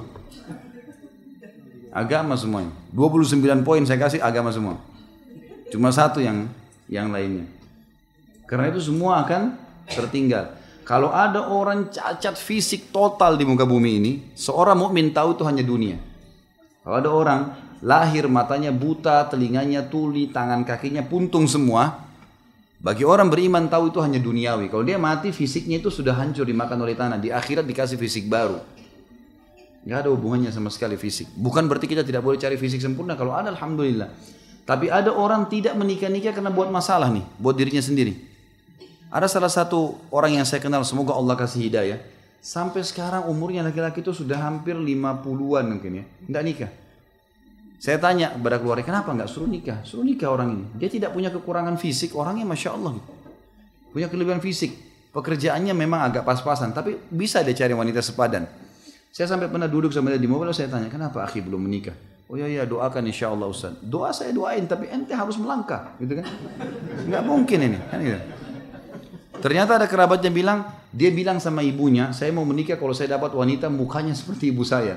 Agama semuanya. 29 poin saya kasih agama semua. Cuma satu yang lainnya. Karena itu semua akan tertinggal. Kalau ada orang cacat fisik total di muka bumi ini, seorang mukmin tahu itu hanya dunia. Kalau ada orang lahir matanya buta, telinganya tuli, tangan kakinya puntung semua, bagi orang beriman tahu itu hanya duniawi. Kalau dia mati fisiknya itu sudah hancur dimakan oleh tanah, di akhirat dikasih fisik baru. Gak ada hubungannya sama sekali fisik. Bukan berarti kita tidak boleh cari fisik sempurna, kalau ada alhamdulillah. Tapi ada orang tidak menikah-nikah karena buat masalah nih, buat dirinya sendiri. Ada salah satu orang yang saya kenal, semoga Allah kasih hidayah. Sampai sekarang umurnya laki-laki itu sudah hampir 50-an mungkin ya, nggak nikah. Saya tanya kepada keluarga, kenapa nggak suruh nikah? Suruh nikah orang ini. Dia tidak punya kekurangan fisik, orangnya Masya Allah. Punya kelebihan fisik. Pekerjaannya memang agak pas-pasan, tapi bisa dia cari wanita sepadan. Saya sampai pernah duduk sama dia di mobil, saya tanya, kenapa akhi belum menikah? Oh iya, doakan insya Allah Ustaz. Doa saya doain, tapi ente harus melangkah. Gitu kan? Nggak mungkin ini. Kan gitu. Ternyata ada kerabatnya bilang, dia bilang sama ibunya, saya mau menikah kalau saya dapat wanita mukanya seperti ibu saya.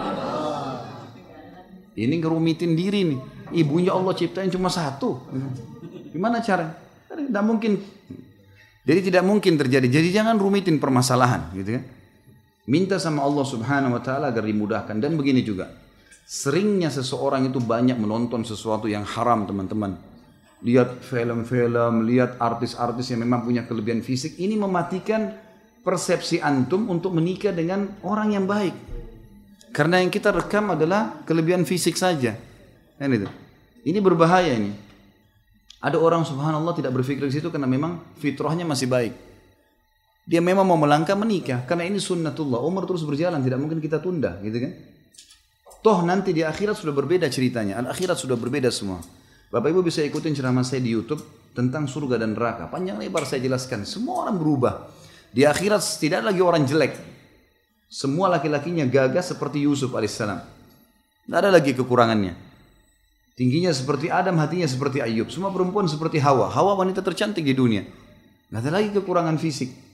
Ini ngerumitin diri nih. Ibunya Allah ciptain cuma satu. Gimana cara? Tidak mungkin. Jadi tidak mungkin terjadi. Jadi jangan rumitin permasalahan, gitu kan? Minta sama Allah Subhanahu wa taala agar dimudahkan. Dan begini juga. Seringnya seseorang itu banyak menonton sesuatu yang haram, teman-teman. Lihat film-film, lihat artis-artis yang memang punya kelebihan fisik. Ini mematikan persepsi antum untuk menikah dengan orang yang baik. Karena yang kita rekam adalah kelebihan fisik saja. Ini berbahaya ini. Ada orang subhanallah tidak berpikir di situ karena memang fitrahnya masih baik. Dia memang mau melangkah menikah. Karena ini sunnatullah. Umur terus berjalan, tidak mungkin kita tunda. Gitu kan? Toh nanti di akhirat sudah berbeda ceritanya. Akhirat sudah berbeda semua. Bapak Ibu bisa ikutin ceramah saya di YouTube tentang surga dan neraka. Panjang lebar saya jelaskan. Semua orang berubah. Di akhirat tidak lagi orang jelek. Semua laki-lakinya gagah seperti Yusuf alaihissalam. Tidak ada lagi kekurangannya. Tingginya seperti Adam, hatinya seperti Ayub. Semua perempuan seperti Hawa. Hawa wanita tercantik di dunia. Tidak ada lagi kekurangan fisik.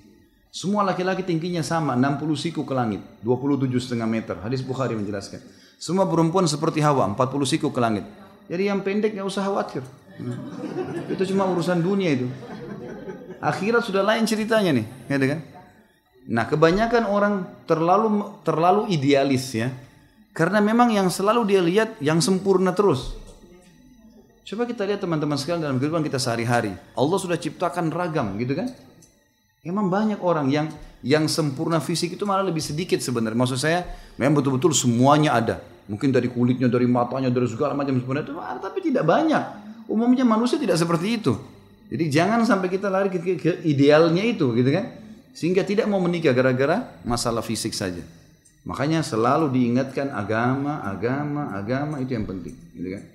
Semua laki-laki tingginya sama, 60 siku ke langit, 27,5 meter. Hadis Bukhari menjelaskan. Semua perempuan seperti Hawa, 40 siku ke langit. Jadi yang pendek nggak usah khawatir. Itu cuma urusan dunia itu. Akhirat sudah lain ceritanya nih, gitu kan? Nah, kebanyakan orang terlalu idealis ya. Karena memang yang selalu dia lihat yang sempurna terus. Coba kita lihat teman-teman sekalian dalam kehidupan kita sehari-hari. Allah sudah ciptakan ragam, gitu kan? Emang banyak orang yang sempurna fisik itu malah lebih sedikit sebenarnya. Maksud saya, memang betul-betul semuanya ada. Mungkin dari kulitnya, dari matanya, dari segala macam sempurna itu ada, tapi tidak banyak. Umumnya manusia tidak seperti itu. Jadi jangan sampai kita lari ke idealnya itu, gitu kan? Sehingga tidak mau menikah gara-gara masalah fisik saja. Makanya selalu diingatkan agama itu yang penting, gitu kan?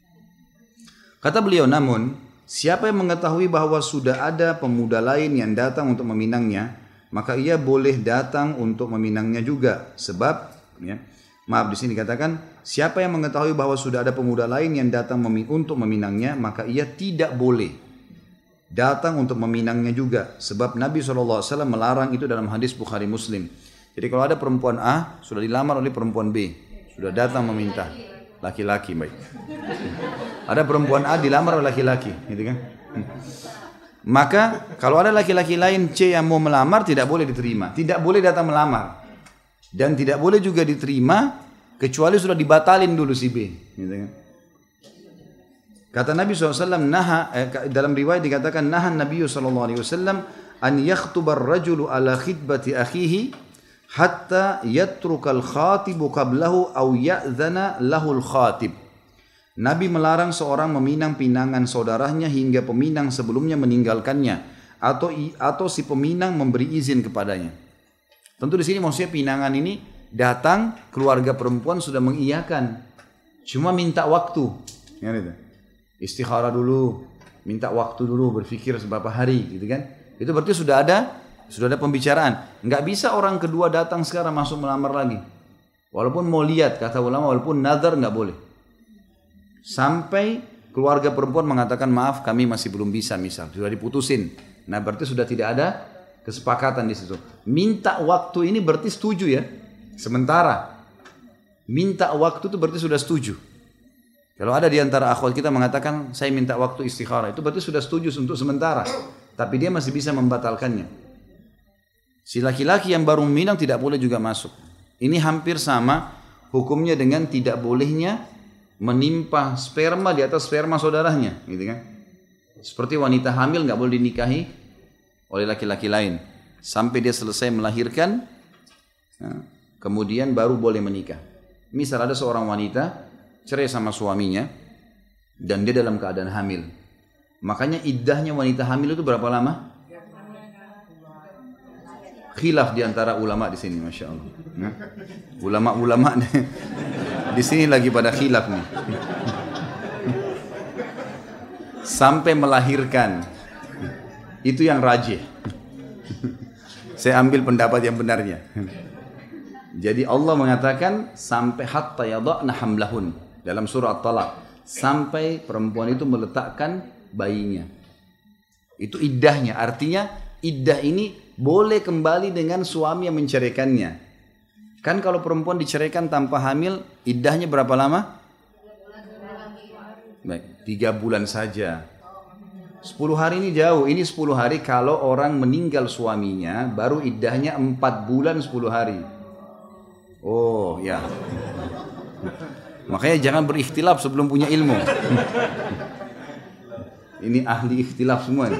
Kata beliau, namun siapa yang mengetahui bahwa sudah ada pemuda lain yang datang untuk meminangnya, maka ia boleh datang untuk meminangnya juga. Sebab, ya, maaf di sini dikatakan, siapa yang mengetahui bahwa sudah ada pemuda lain yang datang untuk meminangnya, maka ia tidak boleh datang untuk meminangnya juga. Sebab Nabi SAW melarang itu dalam hadis Bukhari Muslim. Jadi kalau ada perempuan A, sudah dilamar oleh perempuan B, sudah datang meminta, laki-laki baik. Ada perempuan A dilamar oleh laki-laki, gitu kan? Maka kalau ada laki-laki lain C yang mau melamar tidak boleh diterima, tidak boleh datang melamar, dan tidak boleh juga diterima kecuali sudah dibatalin dulu si B, gitu kan? Kata Nabi SAW, dalam riwayat dikatakan nahan Nabi SAW an yakhtubar rajulu ala khidbati akhihi hatta yatrukal khatibu qablahu au ya'zana lahul khatib. Nabi melarang seorang meminang pinangan saudaranya hingga peminang sebelumnya meninggalkannya, atau si peminang memberi izin kepadanya. Tentu di sini maksudnya pinangan ini datang, keluarga perempuan sudah mengiyakan, cuma minta waktu, ya, gitu. Istikharah dulu, minta waktu dulu, berpikir beberapa hari, gitu kan? Itu berarti sudah ada pembicaraan. Nggak bisa orang kedua datang sekarang masuk melamar lagi. Walaupun mau lihat, kata ulama, walaupun nazar nggak boleh. Sampai keluarga perempuan mengatakan maaf kami masih belum bisa, misal sudah diputusin. Nah berarti sudah tidak ada kesepakatan di situ. Minta waktu ini berarti setuju ya. Sementara minta waktu itu berarti sudah setuju. Kalau ada di antara akhwat kita mengatakan saya minta waktu istikharah, itu berarti sudah setuju untuk sementara. Tapi dia masih bisa membatalkannya. Si laki-laki yang baru meminang tidak boleh juga masuk. Ini hampir sama hukumnya dengan tidak bolehnya menimpa sperma di atas sperma saudaranya, gitu kan? Seperti wanita hamil nggak boleh dinikahi oleh laki-laki lain sampai dia selesai melahirkan, kemudian baru boleh menikah. Misal ada seorang wanita cerai sama suaminya dan dia dalam keadaan hamil, makanya iddahnya wanita hamil itu berapa lama? Khilaf di antara ulama di sini, masya Allah. Ulama-ulama di sini lagi pada khilaf nih. Sampai melahirkan, itu yang rajih. Saya ambil pendapat yang benarnya. Jadi Allah mengatakan sampai hatta yada'na hamlahun dalam surah At-Talaq, sampai perempuan itu meletakkan bayinya. Itu iddahnya, artinya iddah ini boleh kembali dengan suami yang menceraikannya. Kan kalau perempuan diceraikan tanpa hamil, iddahnya berapa lama? Baik, 3 bulan saja. 10 hari ini jauh. Ini 10 hari kalau orang meninggal suaminya, baru iddahnya 4 bulan 10 hari. Oh ya. Makanya jangan berikhtilaf sebelum punya ilmu. Ini ahli ikhtilaf semua.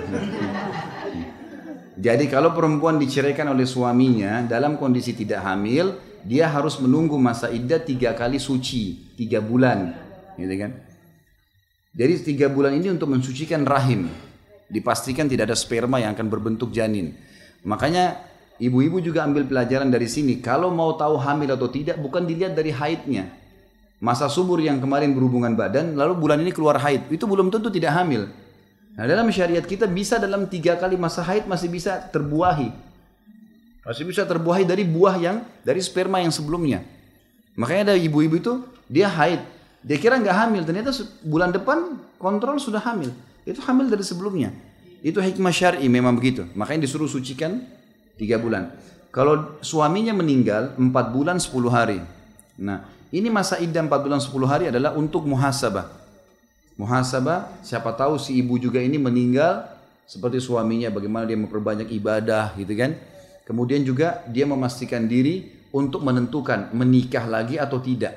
Jadi kalau perempuan diceraikan oleh suaminya dalam kondisi tidak hamil, dia harus menunggu masa iddah 3 kali suci, 3 bulan, gitu kan? Jadi 3 bulan ini untuk mensucikan rahim, dipastikan tidak ada sperma yang akan berbentuk janin. Makanya ibu-ibu juga ambil pelajaran dari sini. Kalau mau tahu hamil atau tidak, bukan dilihat dari haidnya. Masa subur yang kemarin berhubungan badan, lalu bulan ini keluar haid, itu belum tentu tidak hamil. Nah dalam syariat kita bisa dalam 3 kali masa haid masih bisa terbuahi. Masih bisa terbuahi dari buah dari sperma yang sebelumnya. Makanya ada ibu-ibu itu, dia haid. Dia kira nggak hamil, ternyata bulan depan kontrol sudah hamil. Itu hamil dari sebelumnya. Itu hikmah syar'i memang begitu. Makanya disuruh sucikan 3 bulan. Kalau suaminya meninggal 4 bulan 10 hari. Nah, ini masa iddah 4 bulan 10 hari adalah untuk muhasabah. Muhasabah, siapa tahu si ibu juga ini meninggal seperti suaminya, bagaimana dia memperbanyak ibadah gitu kan. Kemudian juga dia memastikan diri untuk menentukan menikah lagi atau tidak.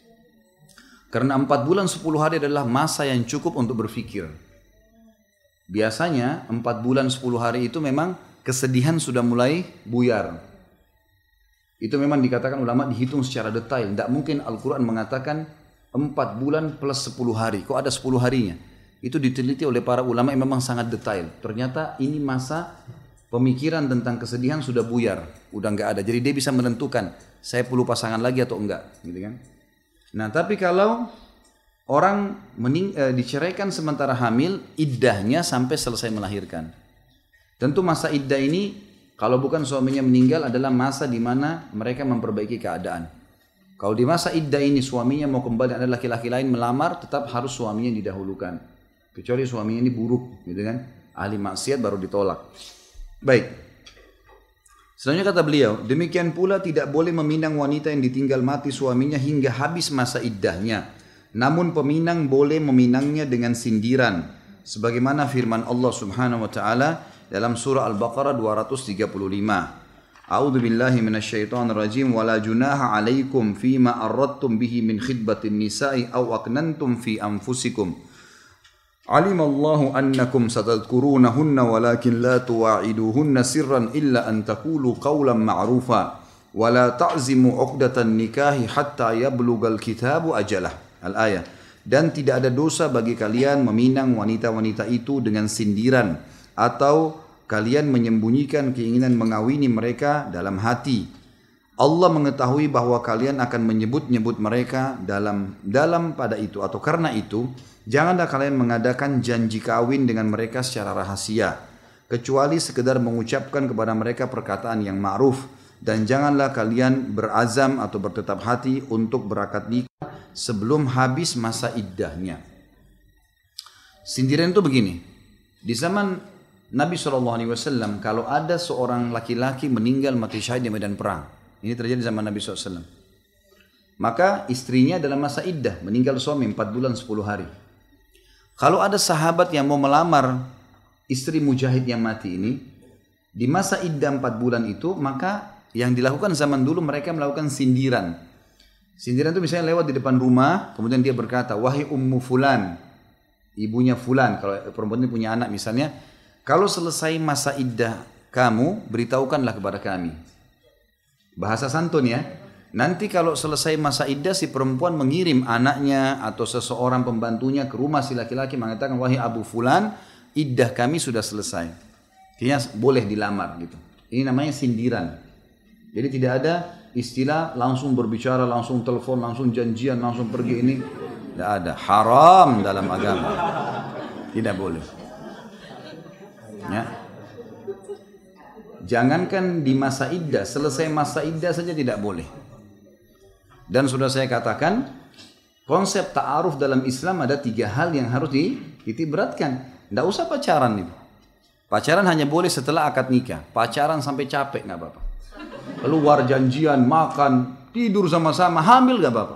Karena 4 bulan 10 hari adalah masa yang cukup untuk berpikir. Biasanya 4 bulan 10 hari itu memang kesedihan sudah mulai buyar. Itu memang dikatakan ulama dihitung secara detail. Tidak mungkin Al-Quran mengatakan 4 bulan plus 10 hari. Kok ada 10 harinya? Itu diteliti oleh para ulama yang memang sangat detail. Ternyata ini masa pemikiran tentang kesedihan sudah buyar, udah nggak ada. Jadi dia bisa menentukan saya perlu pasangan lagi atau enggak, gitu kan? Nah, tapi kalau orang diceraikan sementara hamil, iddahnya sampai selesai melahirkan. Tentu masa iddah ini kalau bukan suaminya meninggal adalah masa di mana mereka memperbaiki keadaan. Kalau di masa iddah ini suaminya mau kembali ada laki-laki lain melamar, tetap harus suaminya didahulukan. Kecuali suaminya ini buruk, gitu kan? Ahli maksiat baru ditolak. Baik. Selanjutnya kata beliau, demikian pula tidak boleh meminang wanita yang ditinggal mati suaminya hingga habis masa iddahnya. Namun peminang boleh meminangnya dengan sindiran. Sebagaimana firman Allah Subhanahu wa taala dalam surah Al-Baqarah 235. A'udzu billahi minasyaitonir rajim wa la junaha 'alaikum fima aradtum bihi min khidbatin nisa'i aw aqnantum fi anfusikum. Alimallahu annakum satadhkurunahunna walakin la tuwa'iduhunna sirran illa an taqulu qawlan ma'rufa wa la ta'zimu 'uqdatan nikahi hatta yablughal kitabu ajalah. Al-ayah. Dan tidak ada dosa bagi kalian meminang wanita-wanita itu dengan sindiran atau kalian menyembunyikan keinginan mengawini mereka dalam hati. Allah mengetahui bahwa kalian akan menyebut-nyebut mereka dalam pada itu, atau karena itu janganlah kalian mengadakan janji kawin dengan mereka secara rahasia kecuali sekedar mengucapkan kepada mereka perkataan yang ma'ruf, dan janganlah kalian berazam atau bertetap hati untuk berakad nikah sebelum habis masa iddahnya. Sindiran itu begini, di zaman Nabi SAW kalau ada seorang laki-laki meninggal mati syahid di medan perang, ini terjadi zaman Nabi SAW. Maka istrinya dalam masa iddah, meninggal suami 4 bulan 10 hari. Kalau ada sahabat yang mau melamar istri mujahid yang mati ini, di masa iddah 4 bulan itu, maka yang dilakukan zaman dulu mereka melakukan sindiran. Sindiran itu misalnya lewat di depan rumah, kemudian dia berkata, wahai ummu fulan, ibunya fulan, kalau perempuan ini punya anak misalnya, kalau selesai masa iddah kamu, beritahukanlah kepada kami. Bahasa santun ya. Nanti kalau selesai masa iddah si perempuan mengirim anaknya atau seseorang pembantunya ke rumah si laki-laki mengatakan, wahai Abu Fulan, iddah kami sudah selesai. Artinya boleh dilamar gitu. Ini namanya sindiran. Jadi tidak ada istilah langsung berbicara, langsung telepon, langsung janjian, langsung pergi, ini tidak ada. Haram dalam agama. Tidak boleh. Ya. Jangankan di masa iddah, selesai masa iddah saja tidak boleh. Dan sudah saya katakan, konsep ta'aruf dalam Islam ada 3 hal yang harus ditiberatkan. Tidak usah pacaran itu. Pacaran hanya boleh setelah akad nikah. Pacaran sampai capek nggak apa-apa. Keluar janjian, makan, tidur sama-sama, hamil nggak apa-apa.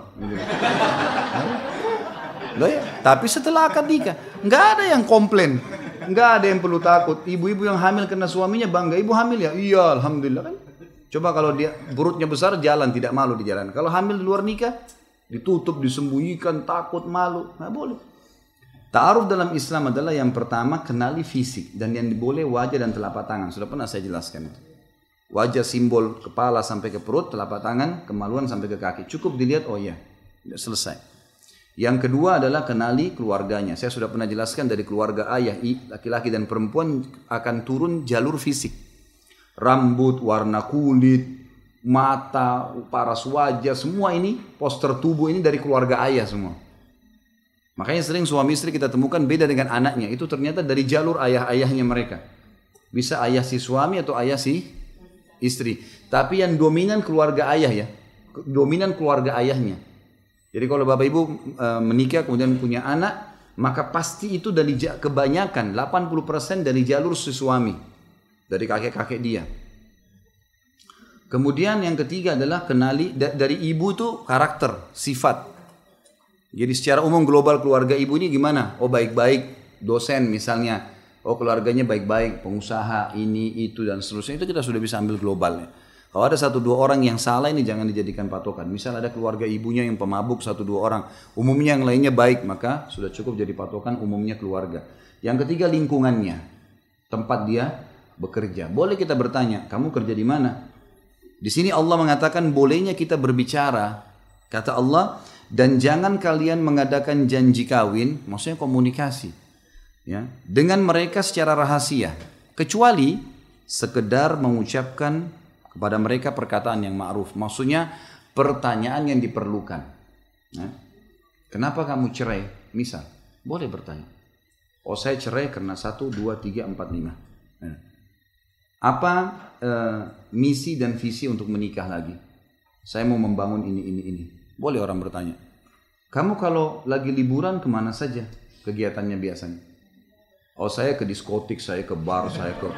Ya? Tapi setelah akad nikah, nggak ada yang komplain. Nggak ada yang perlu takut. Ibu-ibu yang hamil karena suaminya bangga, ibu hamil ya? Iya, alhamdulillah kan. Coba kalau dia perutnya besar, jalan tidak malu di jalan. Kalau hamil di luar nikah, ditutup, disembunyikan, takut, malu, nggak boleh. Ta'aruf dalam Islam adalah yang pertama kenali fisik, dan yang boleh wajah dan telapak tangan. Sudah pernah saya jelaskan itu. Wajah simbol kepala sampai ke perut, telapak tangan, kemaluan sampai ke kaki. Cukup dilihat, oh iya, selesai. Yang kedua adalah kenali keluarganya. Saya sudah pernah jelaskan dari keluarga ayah, laki-laki dan perempuan akan turun jalur fisik. Rambut, warna kulit, mata, paras wajah, semua ini, poster tubuh ini dari keluarga ayah semua. Makanya sering suami istri kita temukan beda dengan anaknya. Itu ternyata dari jalur ayah-ayahnya mereka. Bisa ayah si suami atau ayah si istri. Tapi yang dominan keluarga ayah ya. Dominan keluarga ayahnya. Jadi kalau bapak ibu menikah kemudian punya anak, maka pasti itu dari kebanyakan 80% dari jalur si suami, dari kakek-kakek dia. Kemudian yang ketiga adalah kenali dari ibu itu karakter, sifat. Jadi secara umum global keluarga ibu ini gimana? Oh baik-baik, dosen misalnya. Oh keluarganya baik-baik, pengusaha, ini, itu, dan seterusnya. Itu kita sudah bisa ambil globalnya. Kalau ada 1-2 orang yang salah ini jangan dijadikan patokan. Misal ada keluarga ibunya yang pemabuk 1-2 orang. Umumnya yang lainnya baik, maka sudah cukup jadi patokan umumnya keluarga. Yang ketiga lingkungannya. Tempat dia bekerja. Boleh kita bertanya, kamu kerja di mana? Di sini Allah mengatakan bolehnya kita berbicara. Kata Allah, dan jangan kalian mengadakan janji kawin, maksudnya komunikasi, ya, dengan mereka secara rahasia, kecuali sekedar mengucapkan kepada mereka perkataan yang ma'ruf. Maksudnya pertanyaan yang diperlukan. Ya. Kenapa kamu cerai? Misal, boleh bertanya. Oh saya cerai karena 1, 2, 3, 4, 5. Ya. Apa misi dan visi untuk menikah lagi? Saya mau membangun ini. Boleh orang bertanya. Kamu kalau lagi liburan kemana saja kegiatannya biasanya? Oh saya ke diskotik, saya ke bar, saya ke...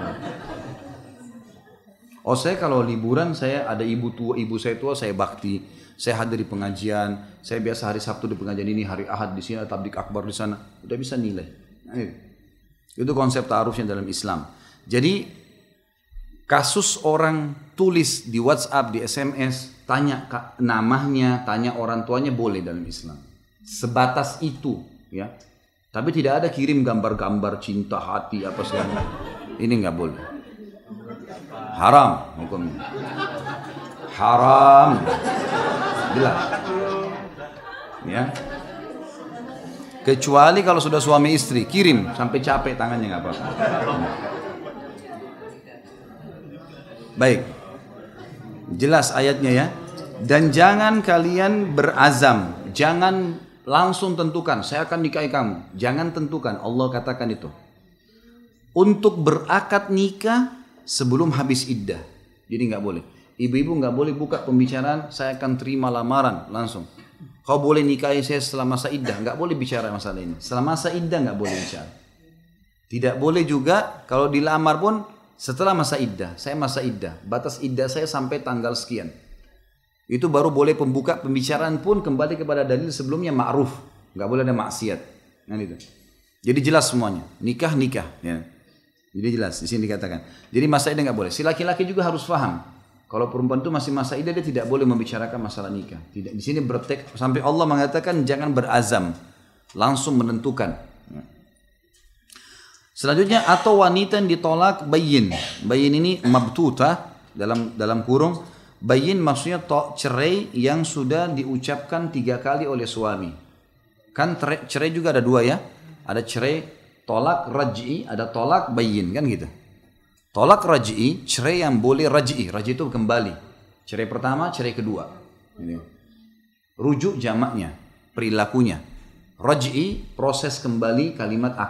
Oh saya kalau liburan saya ada ibu saya tua, saya bakti, saya hadiri pengajian, saya biasa hari Sabtu di pengajian ini, hari Ahad di sini, tablik akbar di sana, udah bisa nilai. Itu konsep ta'arufnya dalam Islam. Jadi kasus orang tulis di WhatsApp, di SMS, tanya namanya, tanya orang tuanya boleh dalam Islam. Sebatas itu, ya. Tapi tidak ada kirim gambar-gambar cinta hati apa segala. Ini nggak boleh. Haram hukumnya. Haram. Jelas. Ya. Kecuali kalau sudah suami istri, kirim sampai capek tangannya nggak apa-apa. Baik. Jelas ayatnya ya. Dan jangan kalian berazam, jangan langsung tentukan saya akan nikahi kamu. Jangan tentukan, Allah katakan itu. Untuk berakad nikah sebelum habis iddah. Jadi nggak boleh. Ibu-ibu nggak boleh buka pembicaraan saya akan terima lamaran langsung. Kau boleh nikahi saya setelah masa iddah, nggak boleh bicara masalah ini. Setelah masa iddah nggak boleh bicara. Tidak boleh juga kalau dilamar pun setelah masa iddah. Saya masa iddah, batas iddah saya sampai tanggal sekian. Itu baru boleh pembuka pembicaraan pun kembali kepada dalil sebelumnya ma'ruf. Nggak boleh ada maksiat. Nah, itu. Jadi jelas semuanya. Nikah. Ya. Jadi jelas di sini dikatakan. Jadi masa iddah nggak boleh. Si laki-laki juga harus paham. Kalau perempuan itu masih masa iddah dia tidak boleh membicarakan masalah nikah. Tidak. Di sini bertek sampai Allah mengatakan jangan berazam, langsung menentukan. Selanjutnya atau wanita yang ditolak bayin. Bayin ini mabtutah dalam kurung. Bayin maksudnya cerai yang sudah diucapkan 3 kali oleh suami. Kan cerai juga ada 2 ya. Ada cerai tolak raj'i, ada tolak bayin kan gitu. Tolak raj'i, cerai yang boleh raj'i. Raj'i itu kembali. Cerai pertama, cerai kedua. Rujuk jamaknya, perilakunya. Raj'i proses kembali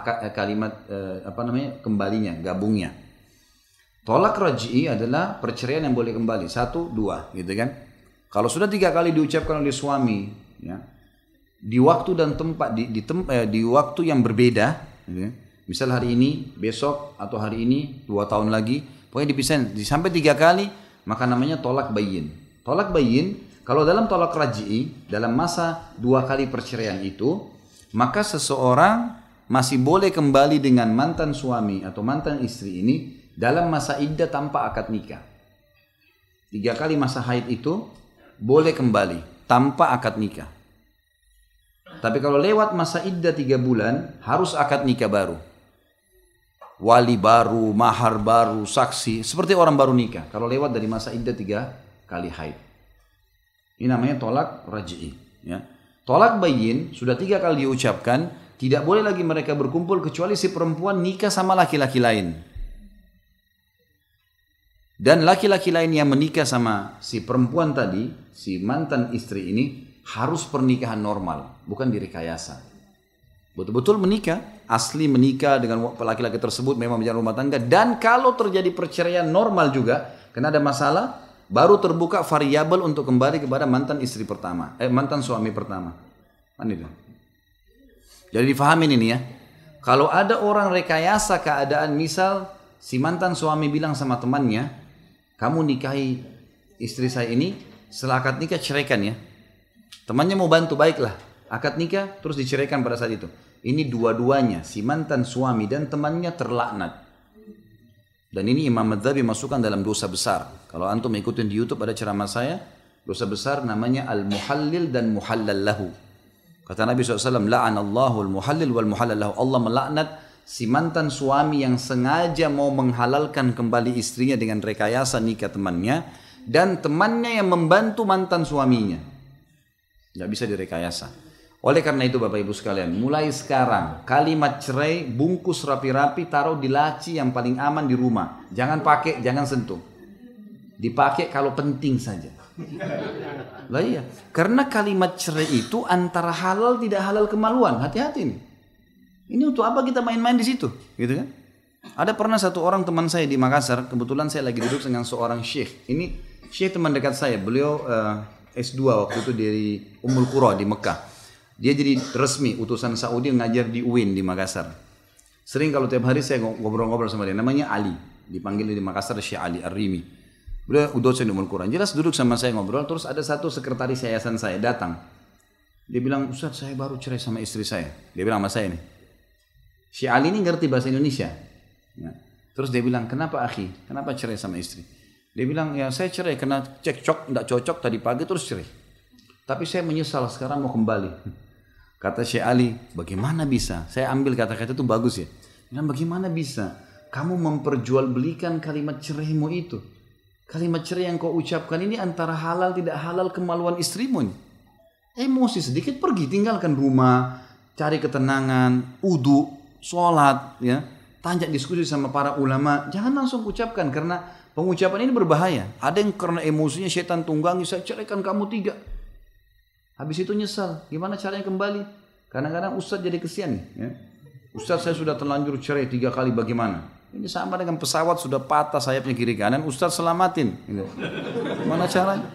kembalinya, gabungnya. Tolak raj'i adalah perceraian yang boleh kembali 1, 2 gitu kan. Kalau sudah 3 kali diucapkan oleh suami ya, di waktu dan tempat di waktu yang berbeda gitu, misal hari ini, besok atau hari ini 2 tahun lagi, pokoknya dipisahin sampai 3 kali, maka namanya tolak bayin. Tolak bayin kalau dalam tolak raj'i dalam masa 2 kali perceraian itu, maka seseorang masih boleh kembali dengan mantan suami atau mantan istri ini dalam masa iddah tanpa akad nikah. 3 kali masa haid itu boleh kembali tanpa akad nikah. Tapi kalau lewat masa iddah 3 bulan harus akad nikah baru. Wali baru, mahar baru, saksi, seperti orang baru nikah. Kalau lewat dari masa iddah 3 kali haid. Ini namanya tolak raj'i. Ya. Tolak bayin sudah 3 kali diucapkan, tidak boleh lagi mereka berkumpul kecuali si perempuan nikah sama laki-laki lain. Dan laki-laki lain yang menikah sama si perempuan tadi, si mantan istri ini, harus pernikahan normal, bukan direkayasa. Betul-betul menikah, asli menikah dengan laki-laki tersebut memang menjalin rumah tangga. Dan kalau terjadi perceraian normal juga, karena ada masalah, baru terbuka variabel untuk kembali kepada mantan istri pertama, mantan suami pertama. Kan itu. Jadi difahamin ini ya. Kalau ada orang rekayasa keadaan, misal si mantan suami bilang sama temannya, kamu nikahi istri saya ini setelah akad nikah ceraikan ya. Temannya mau bantu, baiklah. Akad nikah terus diceraikan pada saat itu. Ini dua-duanya, si mantan suami dan temannya terlaknat. Dan ini Imam Madzhabi masukkan dalam dosa besar. Kalau antum ikutin di YouTube ada ceramah saya, dosa besar namanya al-muhallil dan muhallal lahu. Kata Nabi SAW, la'anallahu al-muhallil wal muhallal lahu. Allah melaknat si mantan suami yang sengaja mau menghalalkan kembali istrinya dengan rekayasa nikah temannya, dan temannya yang membantu mantan suaminya. Tidak bisa direkayasa. Oleh karena itu Bapak Ibu sekalian, mulai sekarang kalimat cerai bungkus rapi-rapi, taruh di laci yang paling aman di rumah. Jangan pakai, jangan sentuh. Dipakai kalau penting saja. Lah iya, karena kalimat cerai itu antara halal tidak halal kemaluan. Hati-hati nih. Ini untuk apa kita main-main di situ, gitu kan? Ada pernah satu orang teman saya di Makassar, kebetulan saya lagi duduk dengan seorang syekh. Ini syekh teman dekat saya, beliau S2 waktu itu dari Ummul Qura di Mekah. Dia jadi resmi utusan Saudi ngajar di UIN di Makassar. Sering kalau tiap hari saya ngobrol-ngobrol sama dia, namanya Ali. Dipanggil di Makassar Syekh Ali Ar-Rimi. Beliau dosen di Ummul Qura. Jelas duduk sama saya ngobrol, terus ada satu sekretaris yayasan saya datang. Dia bilang, "Ustaz, saya baru cerai sama istri saya." Dia bilang sama saya nih. Syekh Ali ini ngerti bahasa Indonesia. Ya. Terus dia bilang, "Kenapa akhi? Kenapa cerai sama istri?" Dia bilang, "Ya saya cerai karena cekcok, tidak cocok tadi pagi terus cerai. Tapi saya menyesal sekarang mau kembali." Kata Syekh Ali, "Bagaimana bisa?" Saya ambil kata-kata itu bagus ya. Bilang, "Bagaimana bisa kamu memperjualbelikan kalimat ceraimu itu? Kalimat cerai yang kau ucapkan ini antara halal tidak halal kemaluan istrimu. Emosi sedikit pergi, tinggalkan rumah, cari ketenangan, wudu, sholat, ya, tanya diskusi sama para ulama. Jangan langsung ucapkan karena pengucapan ini berbahaya. Ada yang karena emosinya setan tunggangi, saya ceraikan kamu 3. Habis itu nyesal. Gimana caranya kembali? Kadang-kadang ustaz jadi kesian nih. Ya. Ustaz, saya sudah terlanjur cerai 3 kali, bagaimana? Ini sama dengan pesawat sudah patah sayapnya kiri kanan, ustaz selamatin. Gitu. Gimana caranya?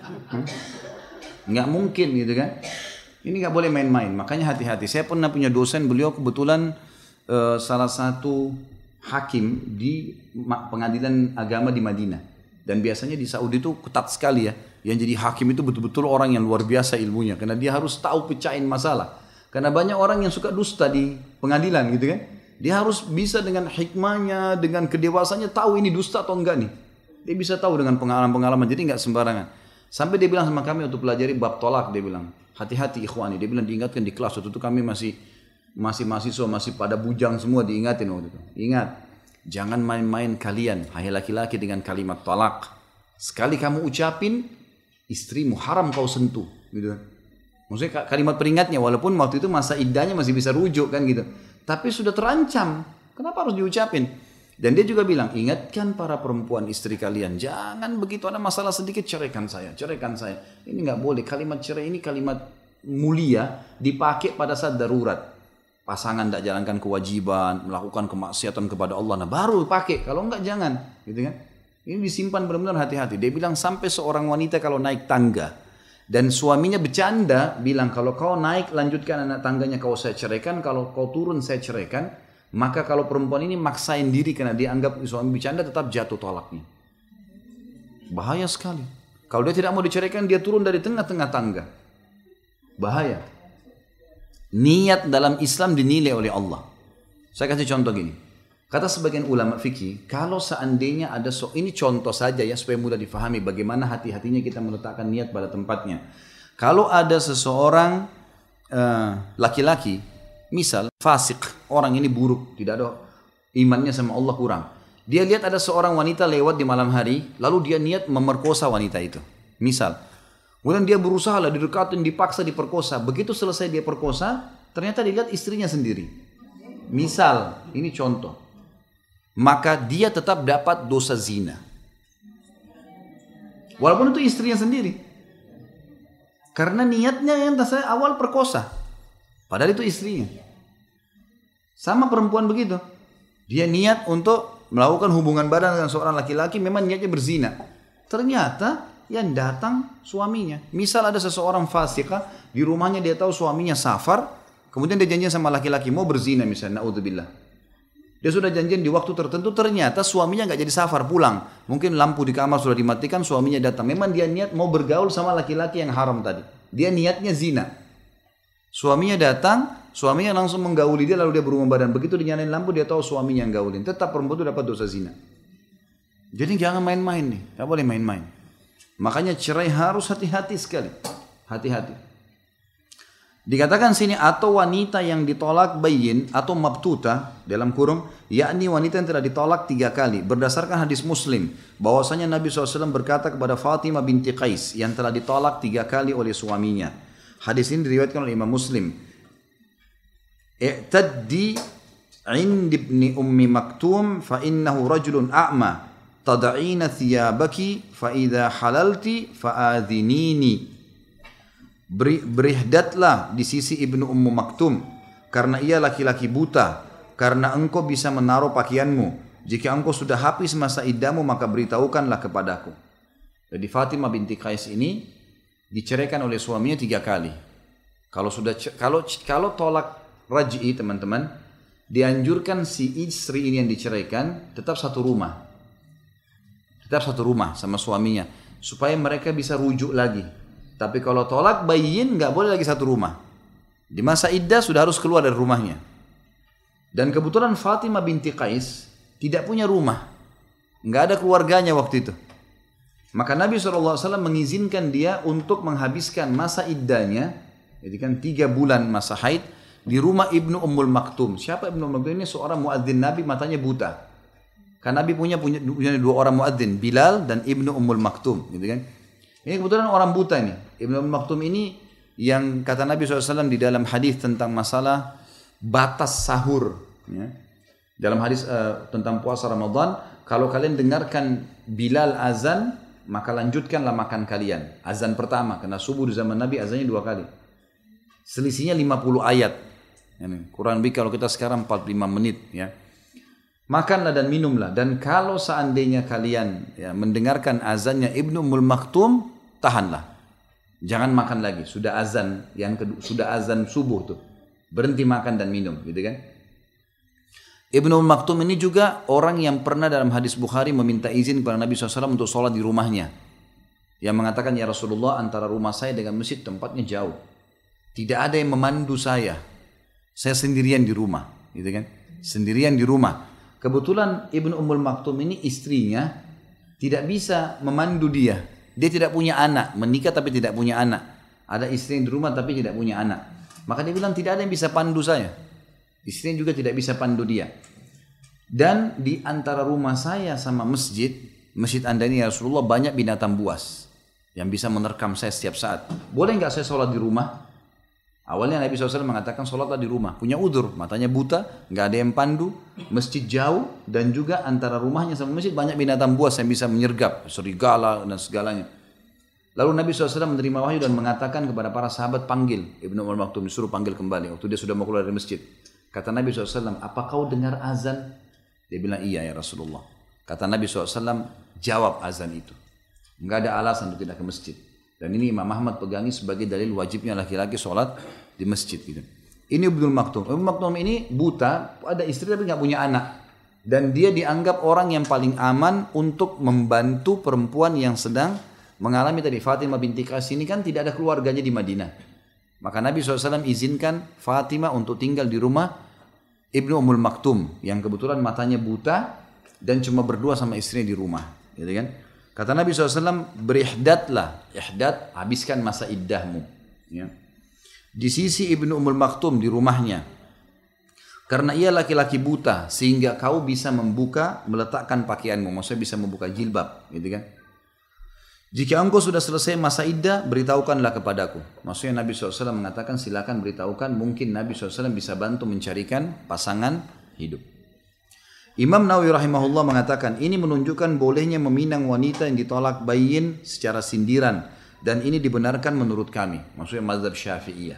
Nggak mungkin gitu kan? Ini nggak boleh main-main. Makanya hati-hati. Saya pernah punya dosen, beliau kebetulan salah satu hakim di pengadilan agama di Madinah. Dan biasanya di Saudi itu ketat sekali ya. Yang jadi hakim itu betul-betul orang yang luar biasa ilmunya. Karena dia harus tahu pecahin masalah. Karena banyak orang yang suka dusta di pengadilan gitu kan. Dia harus bisa dengan hikmahnya, dengan kedewasannya tahu ini dusta atau enggak nih. Dia bisa tahu dengan pengalaman-pengalaman. Jadi enggak sembarangan. Sampai dia bilang sama kami untuk pelajari bab tolak. Dia bilang, hati-hati ikhwani. Dia bilang diingatkan di kelas. Waktu itu kami masih mahasiswa, masih pada bujang semua, diingatin waktu itu. Ingat, jangan main-main kalian, hai laki-laki, dengan kalimat tolak. Sekali kamu ucapin, istrimu haram kau sentuh, gitu. Maksudnya kalimat peringatnya, walaupun waktu itu masa iddahnya masih bisa rujuk kan gitu. Tapi sudah terancam, kenapa harus diucapin? Dan dia juga bilang, ingatkan para perempuan istri kalian, jangan begitu ada masalah sedikit ceraikan saya, ceraikan saya. Ini nggak boleh. Kalimat cerai ini kalimat mulia, dipakai pada saat darurat. Pasangan tidak jalankan kewajiban, melakukan kemaksiatan kepada Allah, nah baru pakai. Kalau enggak jangan, gitu kan? Ini disimpan benar-benar hati-hati. Dia bilang sampai seorang wanita kalau naik tangga dan suaminya bercanda bilang, kalau kau naik lanjutkan anak tangganya, kau saya ceraikan, kalau kau turun saya ceraikan. Maka kalau perempuan ini maksain diri karena dia anggap suami bercanda, tetap jatuh tolaknya. Bahaya sekali. Kalau dia tidak mau diceraikan, dia turun dari tengah-tengah tangga. Bahaya. Niat dalam Islam dinilai oleh Allah. Saya kasih contoh gini. Kata sebagian ulama fikih, kalau seandainya ada ini contoh saja ya supaya mudah difahami bagaimana hati-hatinya kita meletakkan niat pada tempatnya. Kalau ada seseorang laki-laki, misal fasik, orang ini buruk, tidak ada imannya sama Allah kurang. Dia lihat ada seorang wanita lewat di malam hari, lalu dia niat memerkosa wanita itu. Misal, kemudian dia berusaha lah didekatin, dipaksa diperkosa. Begitu selesai dia perkosa, ternyata dilihat istrinya sendiri. Misal, ini contoh. Maka dia tetap dapat dosa zina. Walaupun itu istrinya sendiri. Karena niatnya yang saya awal perkosa. Padahal itu istrinya. Sama perempuan begitu. Dia niat untuk melakukan hubungan badan dengan seorang laki-laki, memang niatnya berzina. Ternyata yang datang suaminya. Misal ada seseorang fasika, di rumahnya dia tahu suaminya safar, kemudian dia janjian sama laki-laki mau berzina misalnya, naudzubillah. Dia sudah janjian di waktu tertentu, ternyata suaminya nggak jadi safar pulang. Mungkin lampu di kamar sudah dimatikan, suaminya datang. Memang dia niat mau bergaul sama laki-laki yang haram tadi. Dia niatnya zina. Suaminya datang, suaminya langsung menggauli dia, lalu dia berumah badan. Begitu dinyalain lampu, dia tahu suaminya yang gaulin. Tetap perempuan itu dapat dosa zina. Jadi jangan main-main nih, nggak boleh main-main. Makanya cerai harus hati-hati sekali. Hati-hati. Dikatakan sini atau wanita yang ditolak bayin atau mabtuta dalam kurung, yakni wanita yang telah ditolak 3 kali. Berdasarkan hadis Muslim, bahwasanya Nabi SAW berkata kepada Fatimah binti Qais yang telah ditolak 3 kali oleh suaminya. Hadis ini diriwayatkan oleh Imam Muslim. I'taddi 'indi ibni ummi maktum fa innahu rajulun a'ma tad'ina thiyabaki fa idza halalti fa adhinini. Berihdatlah di sisi Ibnu Ummu Maktum karena ia laki-laki buta, karena engkau bisa menaruh pakaianmu. Jika engkau sudah habis masa iddamu maka beritahukanlah kepadaku. Jadi Fatimah binti Qais ini diceraikan oleh suaminya 3 kali. Kalau tolak raj'i teman-teman, dianjurkan si istri ini yang diceraikan tetap satu rumah. Tetap satu rumah sama suaminya supaya mereka bisa rujuk lagi. Tapi kalau tolak bayin nggak boleh lagi satu rumah. Di masa iddah sudah harus keluar dari rumahnya. Dan kebetulan Fatimah binti Qais tidak punya rumah, nggak ada keluarganya waktu itu. Maka Nabi SAW mengizinkan dia untuk menghabiskan masa iddahnya, jadi kan 3 bulan masa haid di rumah Ibnu Ummul Maktum. Siapa Ibnu Ummul Maktum ini? Seorang muadzin Nabi, matanya buta. Karena Nabi punya 2 orang muadzin, Bilal dan Ibnu Ummul Maktum, gitu kan? Ini kebetulan orang buta ini. Ibnu Ummul Maktum ini yang kata Nabi SAW di dalam hadis tentang masalah batas sahur. Ya. Dalam hadis tentang puasa Ramadan, kalau kalian dengarkan Bilal azan, maka lanjutkanlah makan kalian. Azan pertama, karena subuh di zaman Nabi azannya 2 kali. Selisihnya 50 ayat. Kurang lebih kalau kita sekarang 45 menit. Ya. Makanlah dan minumlah. Dan kalau seandainya kalian mendengarkan azannya Ibnu Ummul Maktum, tahanlah. Jangan makan lagi. Sudah azan yang kedua, sudah azan subuh tuh. Berhenti makan dan minum, gitu kan? Ibnu Ummul Maktum ini juga orang yang pernah dalam hadis Bukhari meminta izin kepada Nabi SAW untuk sholat di rumahnya. Yang mengatakan, ya Rasulullah, antara rumah saya dengan masjid tempatnya jauh. Tidak ada yang memandu saya. Saya sendirian di rumah, gitu kan? Sendirian di rumah. Kebetulan Ibnu Ummul Maktum ini istrinya tidak bisa memandu dia. Dia tidak punya anak, menikah tapi tidak punya anak. Ada istri di rumah tapi tidak punya anak. Maka dia bilang tidak ada yang bisa pandu saya. Istrinya juga tidak bisa pandu dia. Dan di antara rumah saya sama masjid Anda ini ya Rasulullah banyak binatang buas yang bisa menerkam saya setiap saat. Boleh nggak saya sholat di rumah? Awalnya Nabi SAW mengatakan sholatlah di rumah. Punya udur, matanya buta, nggak ada yang pandu, masjid jauh, dan juga antara rumahnya sama masjid banyak binatang buas yang bisa menyergap, serigala dan segalanya. Lalu Nabi SAW menerima wahyu dan mengatakan kepada para sahabat, panggil Ibnu Ummul Maktum, disuruh panggil kembali waktu dia sudah mau keluar dari masjid. Kata Nabi SAW, apa kau dengar azan? Dia bilang, iya ya Rasulullah. Kata Nabi SAW, jawab azan itu. Nggak ada alasan untuk tidak ke masjid. Dan ini Imam Ahmad pegangi sebagai dalil wajibnya laki-laki sholat di masjid. Gitu. Ini Ibnu Maktum. Ibnu Maktum ini buta, ada istri tapi nggak punya anak. Dan dia dianggap orang yang paling aman untuk membantu perempuan yang sedang mengalami tadi. Fatimah binti Qais ini kan tidak ada keluarganya di Madinah. Maka Nabi SAW izinkan Fatimah untuk tinggal di rumah Ibnu Ummul Maktum. Yang kebetulan matanya buta dan cuma berdua sama istrinya di rumah. Gitu kan? Kata Nabi SAW, berihdatlah. Ihdat, habiskan masa iddahmu. Ya. Di sisi Ibnu Ummul Maktum di rumahnya. Karena ia laki-laki buta, sehingga kau bisa meletakkan pakaianmu. Maksudnya bisa membuka jilbab. Gitu kan? Jika engkau sudah selesai masa iddah, beritahukanlah kepadaku. Maksudnya Nabi SAW mengatakan, silakan beritahukan. Mungkin Nabi SAW bisa bantu mencarikan pasangan hidup. Imam Nawawi rahimahullah mengatakan ini menunjukkan bolehnya meminang wanita yang ditolak bayin secara sindiran dan ini dibenarkan menurut kami, maksudnya mazhab Syafi'iyah.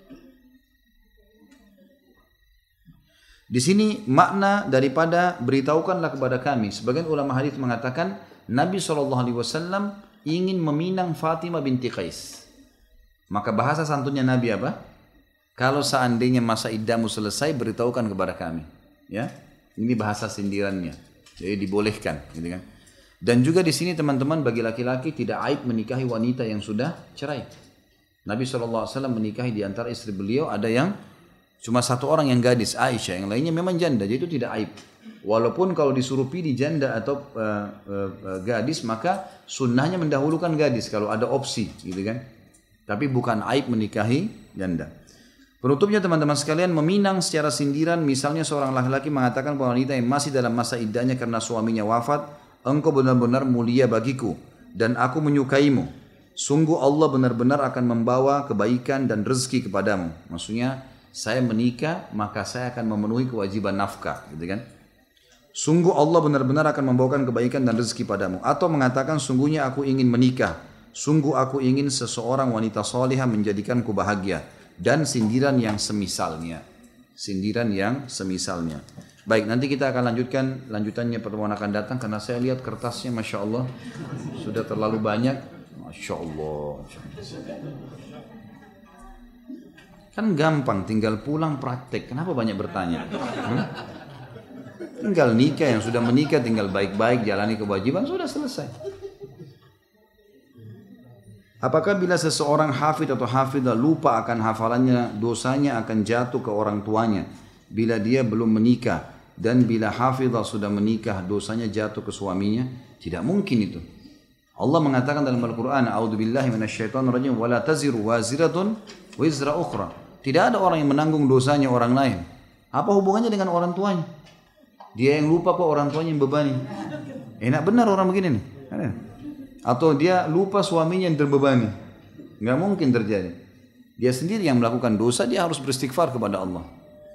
Di sini makna daripada beritahukanlah kepada kami. Sebagian ulama hadis mengatakan Nabi SAW ingin meminang Fatimah binti Qais. Maka bahasa santunnya Nabi apa? Kalau seandainya masa iddamu selesai beritahukan kepada kami, ya. Ini bahasa sindirannya. Jadi dibolehkan, gitu kan. Dan juga di sini teman-teman, bagi laki-laki tidak aib menikahi wanita yang sudah cerai. Nabi SAW menikahi di antara istri beliau ada yang cuma satu orang yang gadis, Aisyah, yang lainnya memang janda, jadi itu tidak aib. Walaupun kalau disuruh pilih janda atau gadis, maka sunnahnya mendahulukan gadis kalau ada opsi, gitu kan. Tapi bukan aib menikahi janda. Penutupnya teman-teman sekalian, meminang secara sindiran, misalnya seorang laki-laki mengatakan bahwa wanita yang masih dalam masa iddahnya karena suaminya wafat, engkau benar-benar mulia bagiku dan aku menyukaimu. Sungguh Allah benar-benar akan membawa kebaikan dan rezeki kepadamu. Maksudnya, saya menikah maka saya akan memenuhi kewajiban nafkah, gitu kan. Sungguh Allah benar-benar akan membawakan kebaikan dan rezeki padamu. Atau mengatakan sungguhnya aku ingin menikah. Sungguh aku ingin seseorang wanita salihah menjadikanku bahagia. Dan sindiran yang semisalnya. Sindiran yang semisalnya. Baik, nanti kita akan lanjutannya pertemuan akan datang. Karena saya lihat kertasnya Masya Allah sudah terlalu banyak. Masya Allah. Kan gampang, tinggal pulang praktek. Kenapa banyak bertanya? Tinggal nikah, yang sudah menikah tinggal baik-baik jalani kewajiban, sudah selesai. Apakah bila seseorang hafid atau hafidah lupa akan hafalannya, dosanya akan jatuh ke orang tuanya bila dia belum menikah, dan bila hafidah sudah menikah dosanya jatuh ke suaminya? Tidak mungkin itu. Allah mengatakan dalam Al-Quran, A'udzubillahi minasyaitonirrajim, wala taziru waziratun wizra ukhra. Tidak ada orang yang menanggung dosanya orang lain. Apa hubungannya dengan orang tuanya? Dia yang lupa kok orang tuanya yang bebani. Enak benar orang begini nih. Atau dia lupa suaminya yang terbebani. Nggak mungkin terjadi. Dia sendiri yang melakukan dosa, dia harus beristighfar kepada Allah.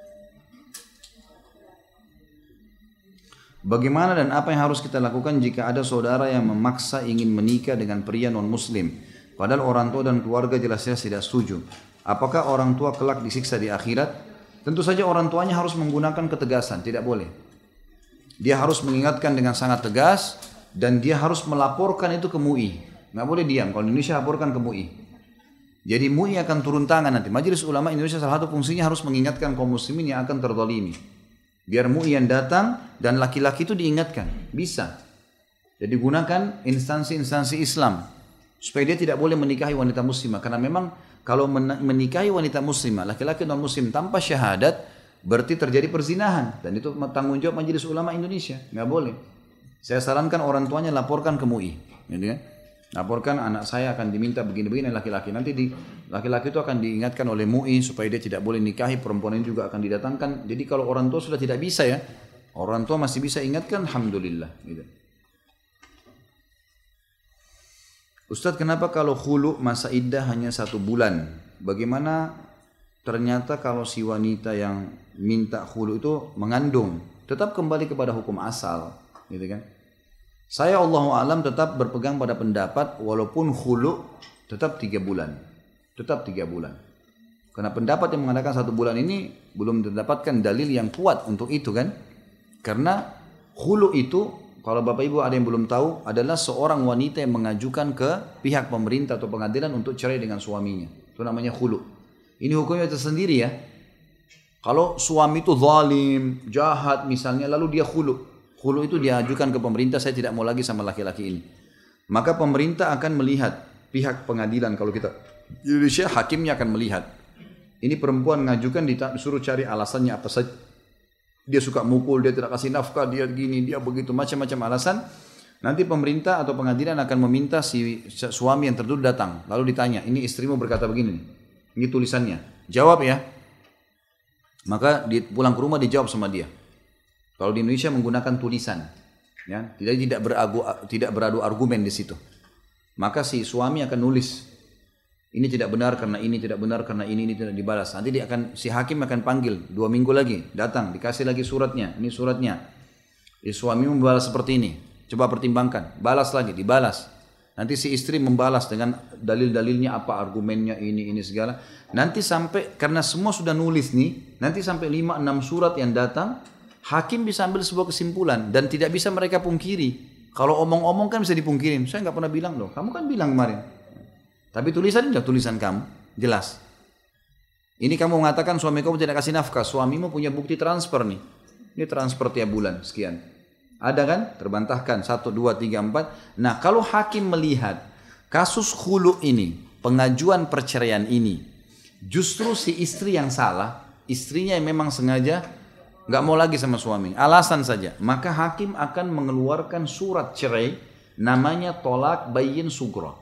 Bagaimana dan apa yang harus kita lakukan jika ada saudara yang memaksa ingin menikah dengan pria non-muslim, padahal orang tua dan keluarga jelas-jelas tidak setuju? Apakah orang tua kelak disiksa di akhirat? Tentu saja orang tuanya harus menggunakan ketegasan, tidak boleh. Dia harus mengingatkan dengan sangat tegas dan dia harus melaporkan itu ke MUI. Nggak boleh diam. Kalau di Indonesia laporkan ke MUI. Jadi MUI akan turun tangan nanti. Majelis Ulama Indonesia salah satu fungsinya harus mengingatkan kaum muslimin yang akan terzalimi. Biar MUI yang datang dan laki-laki itu diingatkan. Bisa. Jadi gunakan instansi-instansi Islam supaya dia tidak boleh menikahi wanita muslimah. Karena memang kalau menikahi wanita muslimah, laki-laki non muslim tanpa syahadat, berarti terjadi perzinahan, dan itu tanggung jawab Majelis Ulama Indonesia, nggak boleh. Saya sarankan orang tuanya laporkan ke MUI, gitu kan? Laporkan anak saya akan diminta begini-begini laki-laki. Nanti laki-laki itu akan diingatkan oleh MUI supaya dia tidak boleh nikahi, perempuan ini juga akan didatangkan. Jadi kalau orang tua sudah tidak bisa ya, orang tua masih bisa ingatkan, alhamdulillah. Gitu. Ustadz, kenapa kalau khulu masa iddah hanya 1 bulan? Bagaimana ternyata kalau si wanita yang minta khulu itu mengandung? Tetap kembali kepada hukum asal, gitu kan? Saya Allahu a'lam tetap berpegang pada pendapat walaupun khulu tetap 3 bulan. Tetap 3 bulan. Karena pendapat yang mengatakan 1 bulan ini belum mendapatkan dalil yang kuat untuk itu kan? Karena khulu itu, kalau Bapak Ibu ada yang belum tahu, adalah seorang wanita yang mengajukan ke pihak pemerintah atau pengadilan untuk cerai dengan suaminya. Itu namanya khulu. Ini hukumnya tersendiri ya. Kalau suami itu zalim, jahat misalnya, lalu dia khulu. Khulu itu diajukan ke pemerintah, saya tidak mau lagi sama laki-laki ini. Maka pemerintah akan melihat, pihak pengadilan kalau kita di Indonesia, hakimnya akan melihat. Ini perempuan mengajukan, disuruh cari alasannya apa saja. Dia suka mukul, dia tidak kasih nafkah, dia gini, dia begitu, macam-macam alasan. Nanti pemerintah atau pengadilan akan meminta si suami yang tertuduh datang. Lalu ditanya, ini istrimu berkata begini, ini tulisannya, jawab ya. Maka pulang ke rumah dijawab sama dia. Kalau di Indonesia menggunakan tulisan, ya, tidak beradu argumen di situ. Maka si suami akan nulis, ini tidak benar karena ini, tidak benar karena ini tidak dibalas. Nanti si hakim akan panggil 2 minggu lagi, datang, dikasih lagi suratnya, ini suratnya. Suami membalas seperti ini, coba pertimbangkan, balas lagi, dibalas. Nanti si istri membalas dengan dalil-dalilnya apa, argumennya ini segala. Nanti sampai, karena semua sudah nulis nih, nanti sampai 5-6 surat yang datang, hakim bisa ambil sebuah kesimpulan dan tidak bisa mereka pungkiri. Kalau omong-omong kan bisa dipungkirin. Saya nggak pernah bilang loh, kamu kan bilang kemarin. Tapi tulisan ini tulisan kamu, jelas. Ini kamu mengatakan suami kamu tidak kasih nafkah, suamimu punya bukti transfer nih. Dia transfer tiap bulan sekian. Ada kan? Terbantahkan 1, 2, 3, 4. Nah kalau hakim melihat kasus khulu ini, pengajuan perceraian ini, justru si istri yang salah, istrinya yang memang sengaja nggak mau lagi sama suami, alasan saja, maka hakim akan mengeluarkan surat cerai, namanya tolak bayin sugro.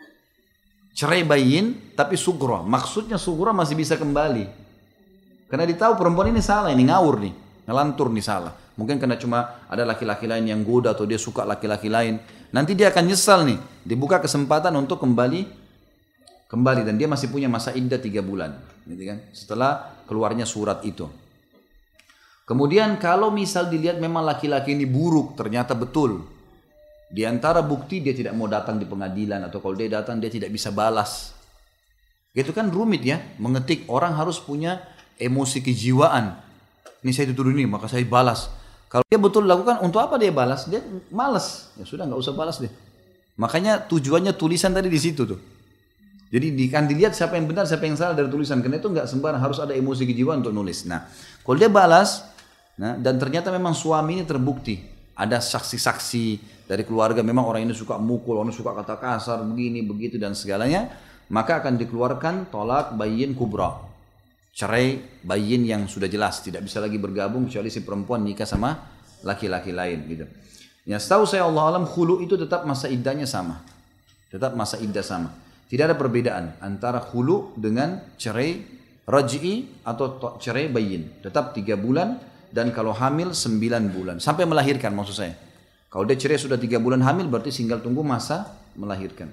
Cerai bayin tapi sugro, maksudnya sugro masih bisa kembali, karena ditahu perempuan ini salah, ini ngawur nih, ngelantur nih salah. Mungkin karena cuma ada laki-laki lain yang goda atau dia suka laki-laki lain. Nanti dia akan nyesal nih. Dibuka kesempatan untuk kembali dan dia masih punya masa iddah 3 bulan, gitu kan? Setelah keluarnya surat itu. Kemudian kalau misal dilihat memang laki-laki ini buruk, ternyata betul. Di antara bukti dia tidak mau datang di pengadilan, atau kalau dia datang dia tidak bisa balas. Itu kan rumit ya, mengetik, orang harus punya emosi kejiwaan. Ini saya dituduh ini, maka saya balas. Kalau dia betul lakukan, untuk apa dia balas? Dia malas. Ya sudah, nggak usah balas deh. Makanya tujuannya tulisan tadi di situ tuh. Jadi kan dilihat siapa yang benar, siapa yang salah dari tulisan. Karena itu nggak sembarang, harus ada emosi kejiwaan untuk nulis. Nah, kalau dia balas, dan ternyata memang suami ini terbukti, ada saksi-saksi dari keluarga, memang orang ini suka mukul, orang ini suka kata kasar, begini, begitu dan segalanya, maka akan dikeluarkan tolak bayin kubra. Cerai bayin yang sudah jelas, tidak bisa lagi bergabung kecuali si perempuan nikah sama laki-laki lain gitu. Ya, setahu saya Allah alam khulu itu tetap masa iddahnya sama. Tetap masa iddah sama. Tidak ada perbedaan antara khulu dengan cerai raj'i atau cerai bayin. Tetap 3 bulan dan kalau hamil 9 bulan. Sampai melahirkan maksud saya. Kalau dia cerai sudah 3 bulan hamil berarti tinggal tunggu masa melahirkan.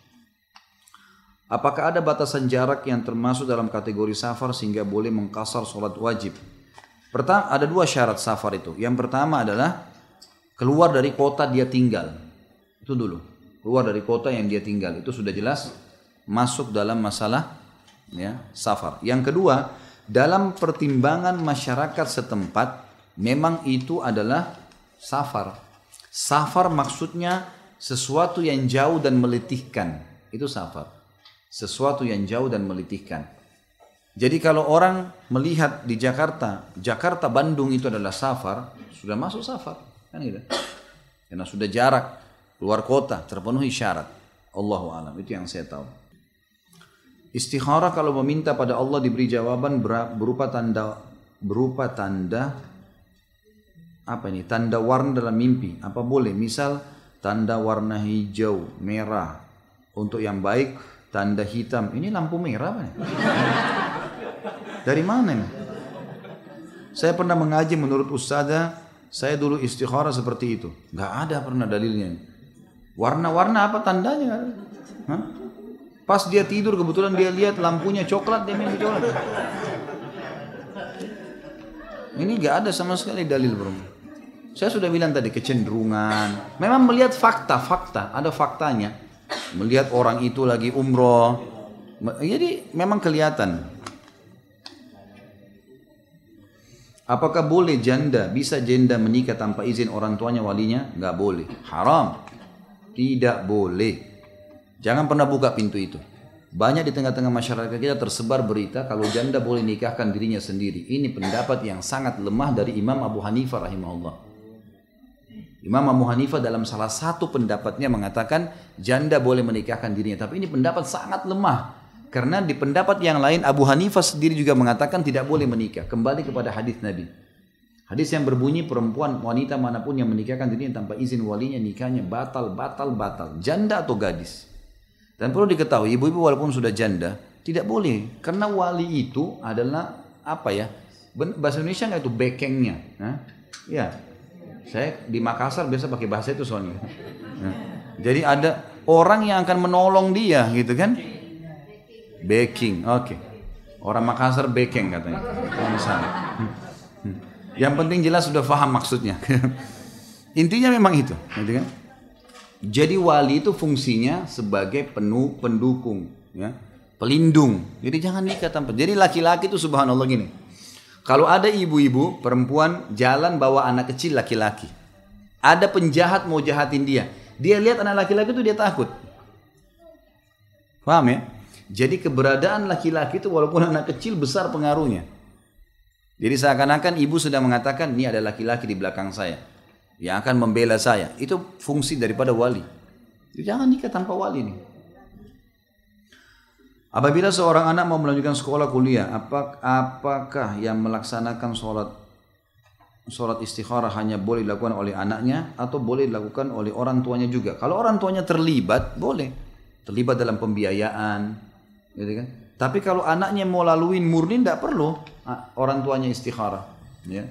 Apakah ada batasan jarak yang termasuk dalam kategori safar sehingga boleh mengqasar sholat wajib? Pertama, ada 2 syarat safar itu. Yang pertama adalah keluar dari kota dia tinggal. Itu dulu. Keluar dari kota yang dia tinggal. Itu sudah jelas masuk dalam masalah ya, safar. Yang kedua, dalam pertimbangan masyarakat setempat, memang itu adalah safar. Safar maksudnya sesuatu yang jauh dan meletihkan. Itu safar. Sesuatu yang jauh dan meletihkan. Jadi kalau orang melihat di Jakarta Bandung itu adalah safar, sudah masuk safar, kan gitu. Karena sudah jarak luar kota, terpenuhi syarat. Allahu a'lam, itu yang saya tahu. Istikharah kalau meminta pada Allah diberi jawaban berupa tanda apa ini? Tanda warna dalam mimpi. Apa boleh? Misal tanda warna hijau, merah untuk yang baik. Tanda hitam, ini lampu merah apa nih? Dari mana nih? Saya pernah mengaji menurut ustazah, saya dulu istikharah seperti itu. Gak ada pernah dalilnya. Warna-warna apa tandanya? Hah? Pas dia tidur kebetulan dia lihat lampunya coklat, dia main coklat. Ini gak ada sama sekali dalil bro. Saya sudah bilang tadi kecenderungan. Memang melihat fakta, ada faktanya. Melihat orang itu lagi umroh, jadi memang kelihatan. Apakah boleh bisa janda menikah tanpa izin orang tuanya walinya? Nggak boleh, haram, tidak boleh. Jangan pernah buka pintu itu. Banyak di tengah-tengah masyarakat kita tersebar berita kalau janda boleh nikahkan dirinya sendiri. Ini pendapat yang sangat lemah dari Imam Abu Hanifah rahimahullah. Imam Abu Hanifah dalam salah satu pendapatnya mengatakan janda boleh menikahkan dirinya. Tapi ini pendapat sangat lemah. Karena di pendapat yang lain Abu Hanifah sendiri juga mengatakan tidak boleh menikah. Kembali kepada hadis Nabi. Hadis yang berbunyi perempuan wanita manapun yang menikahkan dirinya tanpa izin walinya nikahnya batal. Janda atau gadis. Dan perlu diketahui ibu-ibu walaupun sudah janda tidak boleh. Karena wali itu adalah apa ya? Bahasa Indonesia nggak itu bekengnya. Ya. Saya di Makassar biasa pakai bahasa itu soalnya. Nah, jadi ada orang yang akan menolong dia gitu kan? Backing, oke. Orang Makassar backing katanya. Misalnya. Yang penting jelas sudah paham maksudnya. Intinya memang itu, gitu kan? Jadi wali itu fungsinya sebagai pendukung, ya, pelindung. Jadi jangan nikah tanpa. Jadi laki-laki itu subhanallah gini. Kalau ada ibu-ibu, perempuan jalan bawa anak kecil laki-laki. Ada penjahat mau jahatin dia. Dia lihat anak laki-laki itu dia takut. Paham ya? Jadi keberadaan laki-laki itu walaupun anak kecil besar pengaruhnya. Jadi seakan-akan ibu sudah mengatakan, ini ada laki-laki di belakang saya yang akan membela saya. Itu fungsi daripada wali. Jadi jangan nikah tanpa wali nih. Apabila seorang anak mau melanjutkan sekolah kuliah, apakah yang melaksanakan sholat istikharah hanya boleh dilakukan oleh anaknya atau boleh dilakukan oleh orang tuanya juga? Kalau orang tuanya terlibat, boleh. Terlibat dalam pembiayaan, gitu kan? Tapi kalau anaknya mau laluin murni, tidak perlu orang tuanya istikharah. Ya.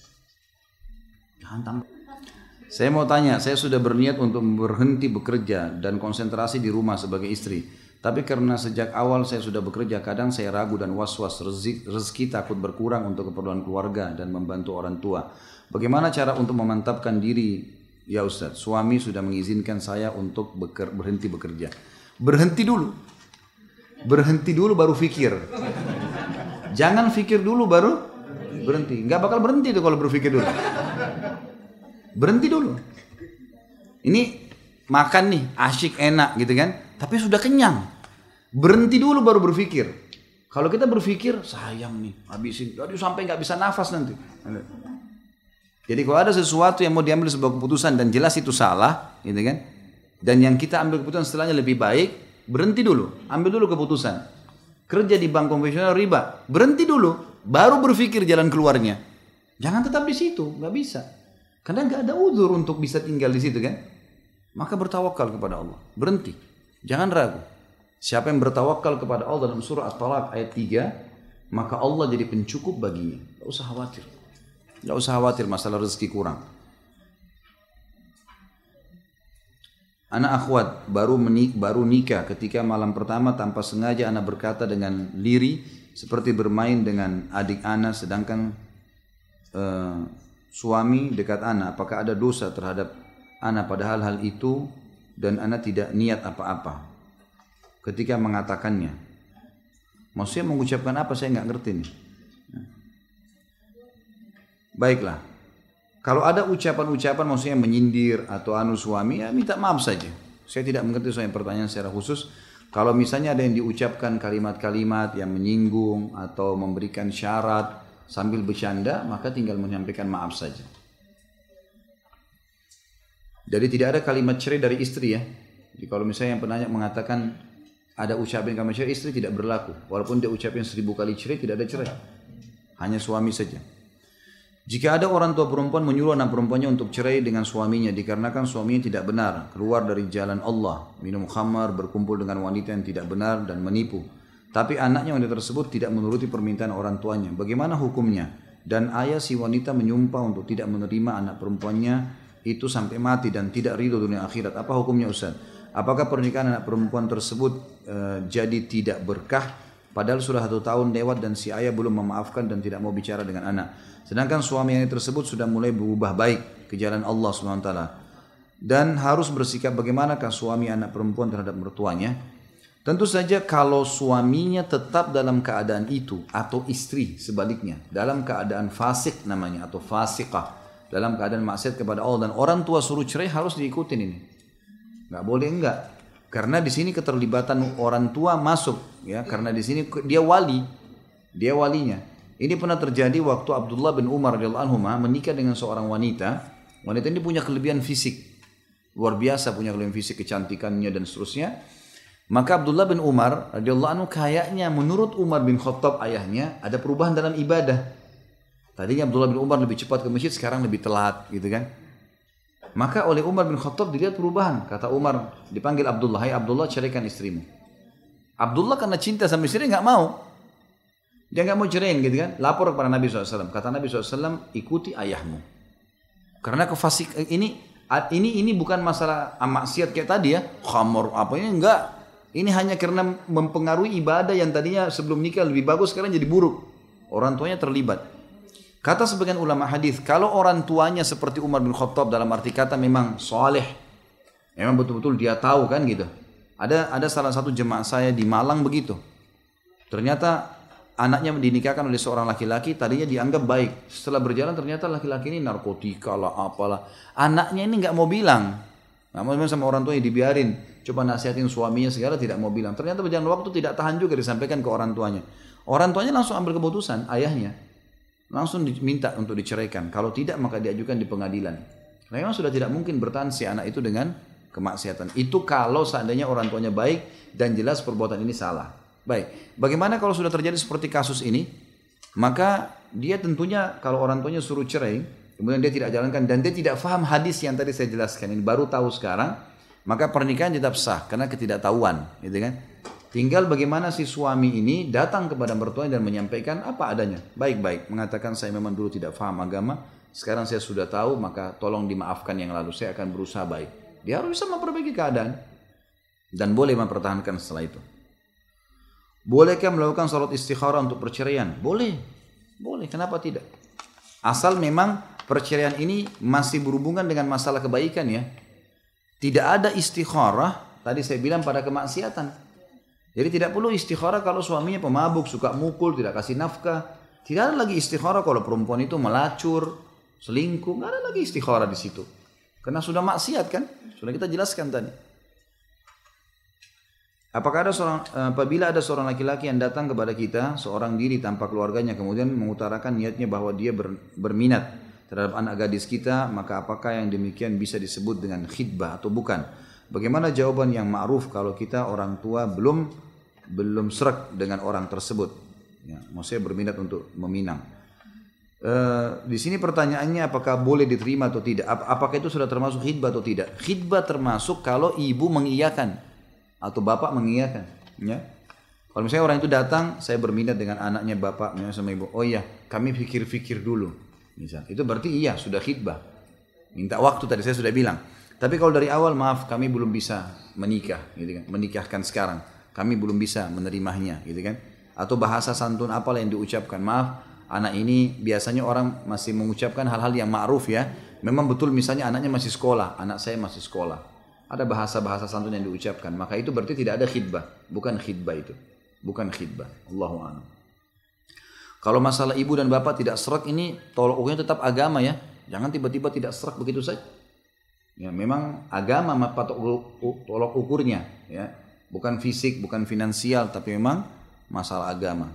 Saya mau tanya, saya sudah berniat untuk berhenti bekerja dan konsentrasi di rumah sebagai istri. Tapi karena sejak awal saya sudah bekerja, kadang saya ragu dan was-was, rezeki takut berkurang untuk keperluan keluarga dan membantu orang tua. Bagaimana cara untuk memantapkan diri? Ya Ustaz, suami sudah mengizinkan saya untuk berhenti bekerja. Berhenti dulu. Berhenti dulu baru fikir. Jangan fikir dulu baru berhenti. Nggak bakal berhenti itu kalau berpikir dulu. Berhenti dulu. Ini makan nih, asyik enak gitu kan. Tapi sudah kenyang. Berhenti dulu baru berpikir. Kalau kita berpikir, sayang nih, habisin. Aduh sampai nggak bisa nafas nanti. Jadi kalau ada sesuatu yang mau diambil sebuah keputusan dan jelas itu salah, gitu kan? Dan yang kita ambil keputusan setelahnya lebih baik, berhenti dulu, ambil dulu keputusan. Kerja di bank konvensional riba, berhenti dulu, baru berpikir jalan keluarnya. Jangan tetap di situ, nggak bisa. Karena nggak ada udzur untuk bisa tinggal di situ kan? Maka bertawakal kepada Allah, berhenti, jangan ragu. Siapa yang bertawakal kepada Allah dalam surah At-Talaq ayat 3, maka Allah jadi pencukup baginya. Nggak usah khawatir, nggak usah khawatir masalah rezeki kurang. Anak akhwat baru nikah, ketika malam pertama tanpa sengaja anak berkata dengan lirih seperti bermain dengan adik anak, sedangkan suami dekat anak. Apakah ada dosa terhadap anak padahal hal itu dan anak tidak niat apa-apa ketika mengatakannya? Maksudnya mengucapkan apa, saya nggak ngerti nih. Baiklah. Kalau ada ucapan-ucapan maksudnya menyindir atau suami, ya minta maaf saja. Saya tidak mengerti soal pertanyaan secara khusus. Kalau misalnya ada yang diucapkan kalimat-kalimat yang menyinggung atau memberikan syarat sambil bercanda, maka tinggal menyampaikan maaf saja. Jadi tidak ada kalimat cerai dari istri ya. Jadi kalau misalnya yang penanya mengatakan ada ucapan kalimat cerai, istri tidak berlaku. Walaupun dia ucapin 1000 kali cerai, tidak ada cerai. Hanya suami saja. Jika ada orang tua perempuan menyuruh anak perempuannya untuk cerai dengan suaminya dikarenakan suaminya tidak benar, keluar dari jalan Allah, minum khamar, berkumpul dengan wanita yang tidak benar dan menipu. Tapi anaknya wanita tersebut tidak menuruti permintaan orang tuanya. Bagaimana hukumnya? Dan ayah si wanita menyumpah untuk tidak menerima anak perempuannya itu sampai mati dan tidak ridho dunia akhirat. Apa hukumnya Ustaz? Apakah pernikahan anak perempuan tersebut jadi tidak berkah? Padahal sudah 1 tahun lewat dan si ayah belum memaafkan dan tidak mau bicara dengan anak. Sedangkan suami yang tersebut sudah mulai berubah baik ke jalan Allah SWT. Dan harus bersikap bagaimanakah suami anak perempuan terhadap mertuanya? Tentu saja kalau suaminya tetap dalam keadaan itu atau istri sebaliknya dalam keadaan fasik namanya atau fasikah, dalam keadaan maksiat kepada Allah dan orang tua suruh cerai, harus diikutin ini. Nggak boleh enggak. Karena di sini keterlibatan orang tua masuk ya, karena di sini dia wali. Dia walinya. Ini pernah terjadi waktu Abdullah bin Umar radhiyallahu anhu menikah dengan seorang wanita. Wanita ini punya kelebihan fisik. Luar biasa punya kelebihan fisik, kecantikannya dan seterusnya. Maka Abdullah bin Umar radhiyallahu anhu kayaknya menurut Umar bin Khattab ayahnya ada perubahan dalam ibadah. Tadinya Abdullah bin Umar lebih cepat ke masjid, sekarang lebih telat gitu kan. Maka oleh Umar bin Khattab dilihat perubahan. Kata Umar, dipanggil Abdullah, "Hai Abdullah, ceraikan istrimu." Abdullah karena cinta sama istri nggak mau. Dia nggak mau ceraiin gitu kan. Lapor kepada Nabi SAW. Kata Nabi SAW, ikuti ayahmu. Karena kefasik ini bukan masalah maksiat kayak tadi ya. Khamar apa ini enggak. Ini hanya karena mempengaruhi ibadah yang tadinya sebelum nikah lebih bagus, sekarang jadi buruk. Orang tuanya terlibat. Kata sebagian ulama hadis, kalau orang tuanya seperti Umar bin Khattab dalam arti kata memang soleh, memang betul-betul dia tahu kan gitu. Ada salah satu jemaah saya di Malang begitu. Ternyata anaknya dinikahkan oleh seorang laki-laki, tadinya dianggap baik. Setelah berjalan ternyata laki-laki ini narkotika lah apalah. Anaknya ini nggak mau bilang, nggak mau bilang sama orang tuanya, dibiarin. Coba nasihatin suaminya segala, tidak mau bilang. Ternyata berjalan waktu tidak tahan juga disampaikan ke orang tuanya. Orang tuanya langsung ambil keputusan, ayahnya. langsung diminta untuk diceraikan. Kalau tidak maka diajukan di pengadilan. Karena memang sudah tidak mungkin bertahan si anak itu dengan kemaksiatan. Itu kalau seandainya orang tuanya baik dan jelas perbuatan ini salah. Baik, bagaimana kalau sudah terjadi seperti kasus ini? Maka dia tentunya kalau orang tuanya suruh cerai, kemudian dia tidak jalankan dan dia tidak faham hadis yang tadi saya jelaskan, ini baru tahu sekarang, maka pernikahan tetap sah karena ketidaktahuan, gitu kan? Tinggal bagaimana si suami ini datang kepada mertuanya dan menyampaikan apa adanya, baik-baik, mengatakan saya memang dulu tidak faham agama, sekarang saya sudah tahu, maka tolong dimaafkan yang lalu, saya akan berusaha baik. Dia harus bisa memperbaiki keadaan dan boleh mempertahankan setelah itu. Bolehkah melakukan salat istikharah untuk perceraian? Boleh, boleh. Kenapa tidak? Asal memang perceraian ini masih berhubungan dengan masalah kebaikan ya. Tidak ada istikharah, tadi saya bilang pada kemaksiatan. Jadi tidak perlu istikharah kalau suaminya pemabuk, suka mukul, tidak kasih nafkah. Tidak ada lagi istikharah kalau perempuan itu melacur, selingkuh. Tidak ada lagi istikharah di situ. Karena sudah maksiat kan? Sudah kita jelaskan tadi. Apabila ada seorang laki-laki yang datang kepada kita, seorang diri tanpa keluarganya, kemudian mengutarakan niatnya bahwa dia berminat terhadap anak gadis kita, maka apakah yang demikian bisa disebut dengan khidbah atau bukan? Bagaimana jawaban yang ma'ruf kalau kita orang tua belum srek dengan orang tersebut? Ya, maksudnya berminat untuk meminang. Di sini pertanyaannya apakah boleh diterima atau tidak? Apakah itu sudah termasuk khidbah atau tidak? Khidbah termasuk kalau ibu mengiyakan atau bapak mengiyakan, ya. Kalau misalnya orang itu datang, saya berminat dengan anaknya bapak, misalnya sama ibu. Oh iya, kami pikir-pikir dulu. Misal, itu berarti iya sudah khidbah. Minta waktu tadi saya sudah bilang. Tapi kalau dari awal maaf, kami belum bisa menikah, gitu kan? Menikahkan sekarang, kami belum bisa menerimanya, gitu kan? Atau bahasa santun apalah yang diucapkan. Maaf, anak ini biasanya orang masih mengucapkan hal-hal yang ma'ruf ya. Memang betul misalnya anaknya masih sekolah, anak saya masih sekolah. Ada bahasa-bahasa santun yang diucapkan, maka itu berarti tidak ada khidbah, bukan khidbah itu, bukan khidbah. Allahu a'lam. Kalau masalah ibu dan bapak tidak serak ini, tolak ukurnya tetap agama ya, jangan tiba-tiba tidak serak begitu saja. Ya, memang agama tolak ukurnya, ya, bukan fisik, bukan finansial, tapi memang masalah agama.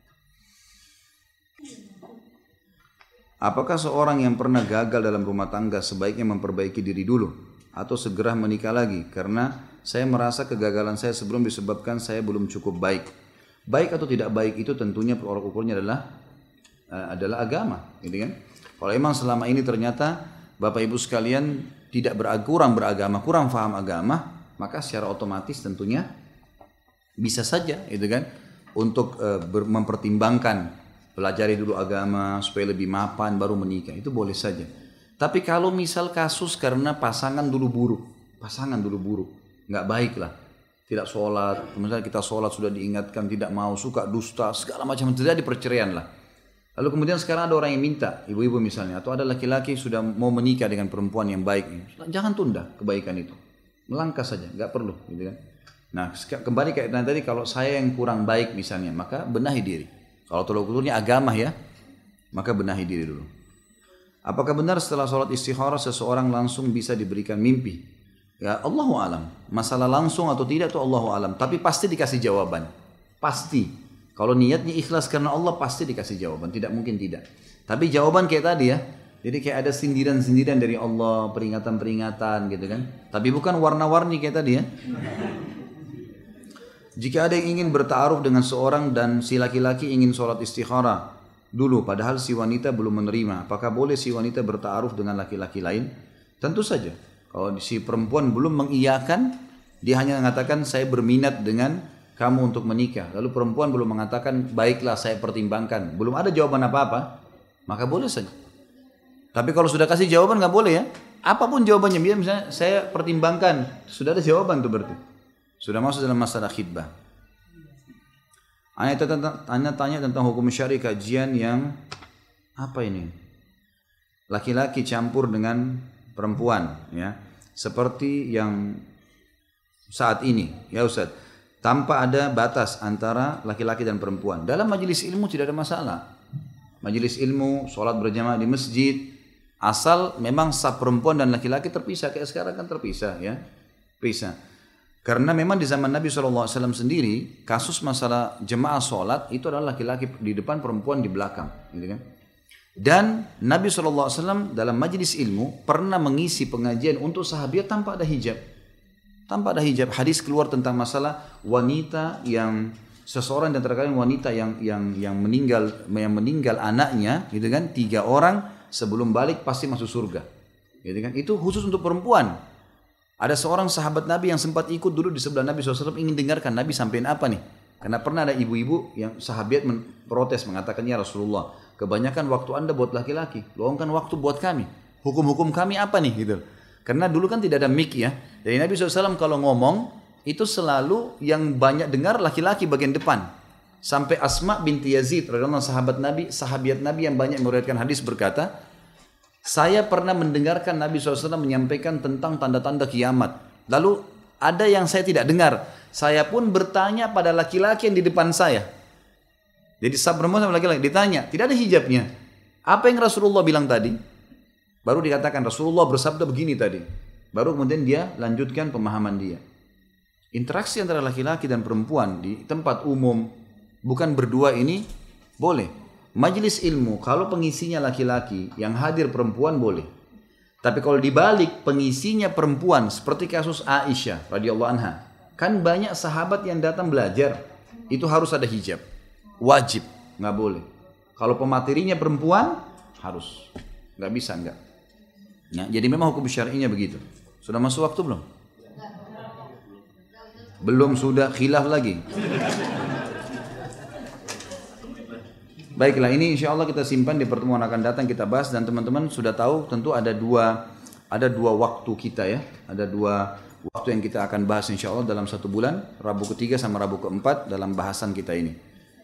Apakah seorang yang pernah gagal dalam rumah tangga sebaiknya memperbaiki diri dulu atau segera menikah lagi? Karena saya merasa kegagalan saya sebelum disebabkan saya belum cukup baik. Baik atau tidak baik itu tentunya tolak ukurnya adalah agama, gitu kan? Kalau memang selama ini ternyata Bapak Ibu sekalian tidak kurang beragama, kurang paham agama, maka secara otomatis tentunya bisa saja, gitu kan? Untuk mempertimbangkan, pelajari dulu agama supaya lebih mapan baru menikah, itu boleh saja. Tapi kalau misal kasus karena pasangan dulu buruk, nggak baik lah, tidak sholat, misalnya kita sholat sudah diingatkan tidak mau, suka dusta, segala macam terjadi perceraian lah. Lalu kemudian sekarang ada orang yang minta, ibu-ibu misalnya, atau ada laki-laki sudah mau menikah dengan perempuan yang baik, jangan tunda kebaikan itu, melangkah saja, nggak perlu, gitu kan? Nah kembali kayak tadi, kalau saya yang kurang baik misalnya, maka benahi diri. Kalau tolak ukurnya agama ya, maka benahi diri dulu. Apakah benar setelah sholat istikharah seseorang langsung bisa diberikan mimpi? Ya Allahu alam. Masalah langsung atau tidak itu Allahu alam. Tapi pasti dikasih jawaban. Pasti. Kalau niatnya ikhlas karena Allah pasti dikasih jawaban. Tidak mungkin tidak. Tapi jawaban kayak tadi ya. Jadi kayak ada sindiran-sindiran dari Allah, peringatan-peringatan gitu kan. Tapi bukan warna-warni kayak tadi ya. Jika ada yang ingin bertaaruf dengan seorang dan si laki-laki ingin sholat istikharah dulu, padahal si wanita belum menerima, apakah boleh si wanita bertaaruf dengan laki-laki lain? Tentu saja. Kalau si perempuan belum mengiyakan, dia hanya mengatakan saya berminat dengan kamu untuk menikah. Lalu perempuan belum mengatakan baiklah saya pertimbangkan, belum ada jawaban apa-apa, maka boleh saja. Tapi kalau sudah kasih jawaban nggak boleh ya. Apapun jawabannya, biar misalnya saya pertimbangkan, sudah ada jawaban tuh berarti. Sudah masuk dalam masalah khidbah. Anda tanya tentang hukum syari kajian yang apa ini? Laki-laki campur dengan perempuan, ya, seperti yang saat ini, ya Ustaz, tanpa ada batas antara laki-laki dan perempuan. Dalam majelis ilmu tidak ada masalah. Majelis ilmu, sholat berjamaah di masjid, asal memang saf perempuan dan laki-laki terpisah, kayak sekarang kan terpisah, ya, pisah. Karena memang di zaman Nabi SAW sendiri, kasus masalah jemaah sholat itu adalah laki-laki di depan, perempuan di belakang, gitu kan? Dan Nabi SAW dalam majlis ilmu pernah mengisi pengajian untuk sahabat tanpa ada hijab. Tanpa ada hijab. Hadis keluar tentang masalah wanita yang seseorang dan terkadang wanita yang meninggal anaknya, gitu kan, 3 orang sebelum balik pasti masuk surga, gitu kan. Itu khusus untuk perempuan. Ada seorang sahabat Nabi yang sempat ikut dulu di sebelah Nabi SAW ingin dengarkan Nabi sampaikan apa nih. Karena pernah ada ibu-ibu yang sahabat protes mengatakan, ya Rasulullah, kebanyakan waktu Anda buat laki-laki, luangkan waktu buat kami. Hukum-hukum kami apa nih gitu. Karena dulu kan tidak ada mic ya. Jadi Nabi SAW kalau ngomong itu selalu yang banyak dengar laki-laki bagian depan. Sampai Asma binti Yazid radhiyallahu sahabat Nabi yang banyak meriwayatkan hadis berkata, saya pernah mendengarkan Nabi SAW menyampaikan tentang tanda-tanda kiamat. Lalu ada yang saya tidak dengar. Saya pun bertanya pada laki-laki yang di depan saya. Jadi perempuan sama laki-laki ditanya, tidak ada hijabnya. Apa yang Rasulullah bilang tadi? Baru dikatakan Rasulullah bersabda begini tadi. Baru kemudian dia lanjutkan pemahaman dia. Interaksi antara laki-laki dan perempuan di tempat umum, bukan berdua ini, boleh. Majelis ilmu, kalau pengisinya laki-laki, yang hadir perempuan boleh. Tapi kalau dibalik pengisinya perempuan, seperti kasus Aisyah radhiyallahu anha, kan banyak sahabat yang datang belajar, itu harus ada hijab. Wajib, nggak boleh. Kalau pematerinya perempuan, harus. Nggak bisa, nggak. Ya, jadi memang hukum syar'inya begitu. Sudah masuk waktu belum? Belum, sudah khilaf lagi. Baiklah, ini insya Allah kita simpan di pertemuan akan datang kita bahas, dan teman-teman sudah tahu tentu ada dua waktu kita ya, ada 2 waktu yang kita akan bahas insya Allah dalam 1 bulan, Rabu ketiga sama Rabu keempat dalam bahasan kita ini.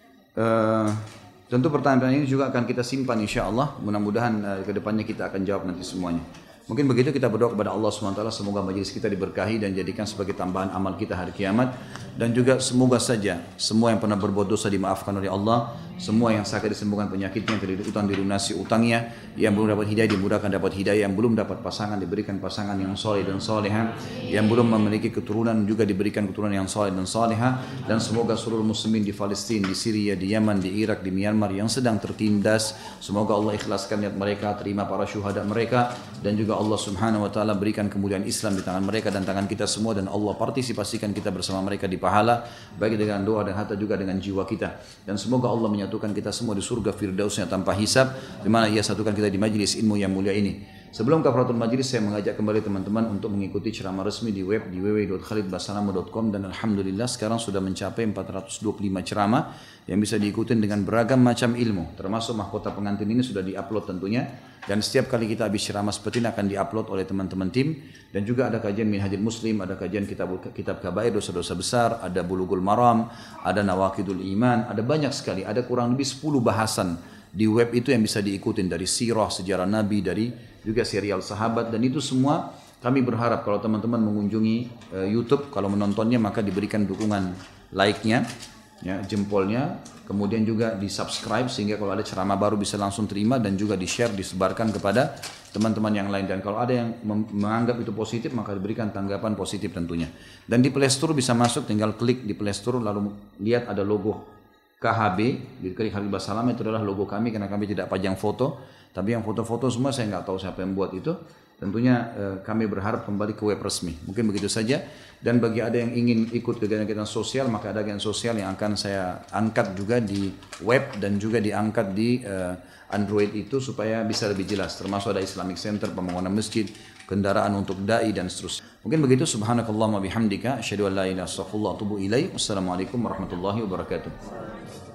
Tentu pertanyaan ini juga akan kita simpan insya Allah, mudah-mudahan kedepannya kita akan jawab nanti semuanya. Mungkin begitu, kita berdoa kepada Allah SWT, semoga majelis kita diberkahi dan jadikan sebagai tambahan amal kita hari kiamat. Dan juga semoga saja semua yang pernah berbuat dosa dimaafkan oleh Allah, semua yang sakit disembuhkan penyakitnya, yang terlilit utang dilunasi utangnya, yang belum dapat hidayah dimudahkan dapat hidayah, yang belum dapat pasangan diberikan pasangan yang soleh dan soleha, yang belum memiliki keturunan juga diberikan keturunan yang soleh dan soleha. Dan semoga seluruh muslimin di Palestina, di Syria, di Yaman, di Irak, di Myanmar yang sedang tertindas, semoga Allah ikhlaskan niat mereka, terima para syuhada mereka, dan juga Allah Subhanahu wa taala berikan kemuliaan Islam di tangan mereka dan tangan kita semua, dan Allah partisipasikan kita bersama mereka di pahala, baik dengan doa dan harta juga dengan jiwa kita. Dan semoga Allah menyatukan kita semua di surga firdausnya tanpa hisab, di mana Ia satukan kita di majlis ilmu yang mulia ini. Sebelum kafaratul majlis, saya mengajak kembali teman-teman untuk mengikuti ceramah resmi di web di www.khalidbasalamah.com, dan alhamdulillah sekarang sudah mencapai 425 ceramah yang bisa diikuti dengan beragam macam ilmu, termasuk mahkota pengantin ini sudah diupload tentunya. Dan setiap kali kita habis ceramah seperti ini akan diupload oleh teman-teman tim. Dan juga ada kajian Minhajul Muslim, ada kajian kitab kabair, dosa-dosa besar, ada Bulughul Maram, ada Nawaqidul Iman, ada banyak sekali, ada kurang lebih 10 bahasan di web itu yang bisa diikutin, dari sirah, sejarah Nabi, dari juga serial sahabat. Dan itu semua kami berharap kalau teman-teman mengunjungi YouTube, kalau menontonnya maka diberikan dukungan like-nya, ya, jempolnya, kemudian juga di subscribe sehingga kalau ada ceramah baru bisa langsung terima, dan juga di share, disebarkan kepada teman-teman yang lain. Dan kalau ada yang menganggap itu positif maka diberikan tanggapan positif tentunya. Dan di Play Store bisa masuk, tinggal klik di Play Store lalu lihat ada logo KHB, diklik Khalid Basalamah, itu adalah logo kami, karena kami tidak pajang foto, tapi yang foto-foto semua saya nggak tahu siapa yang buat itu. Tentunya kami berharap kembali ke web resmi. Mungkin begitu saja. Dan bagi ada yang ingin ikut kegiatan-kegiatan sosial, maka ada kegiatan sosial yang akan saya angkat juga di web dan juga diangkat di Android itu supaya bisa lebih jelas. Termasuk ada Islamic Center, pembangunan masjid, kendaraan untuk dai dan seterusnya. Mungkin begitu. Subhanakallahumma bihamdika, asyhadu an la ilaha illa anta, astaghfiruka wa atubu ilaik. Wassalamualaikum warahmatullahi wabarakatuh.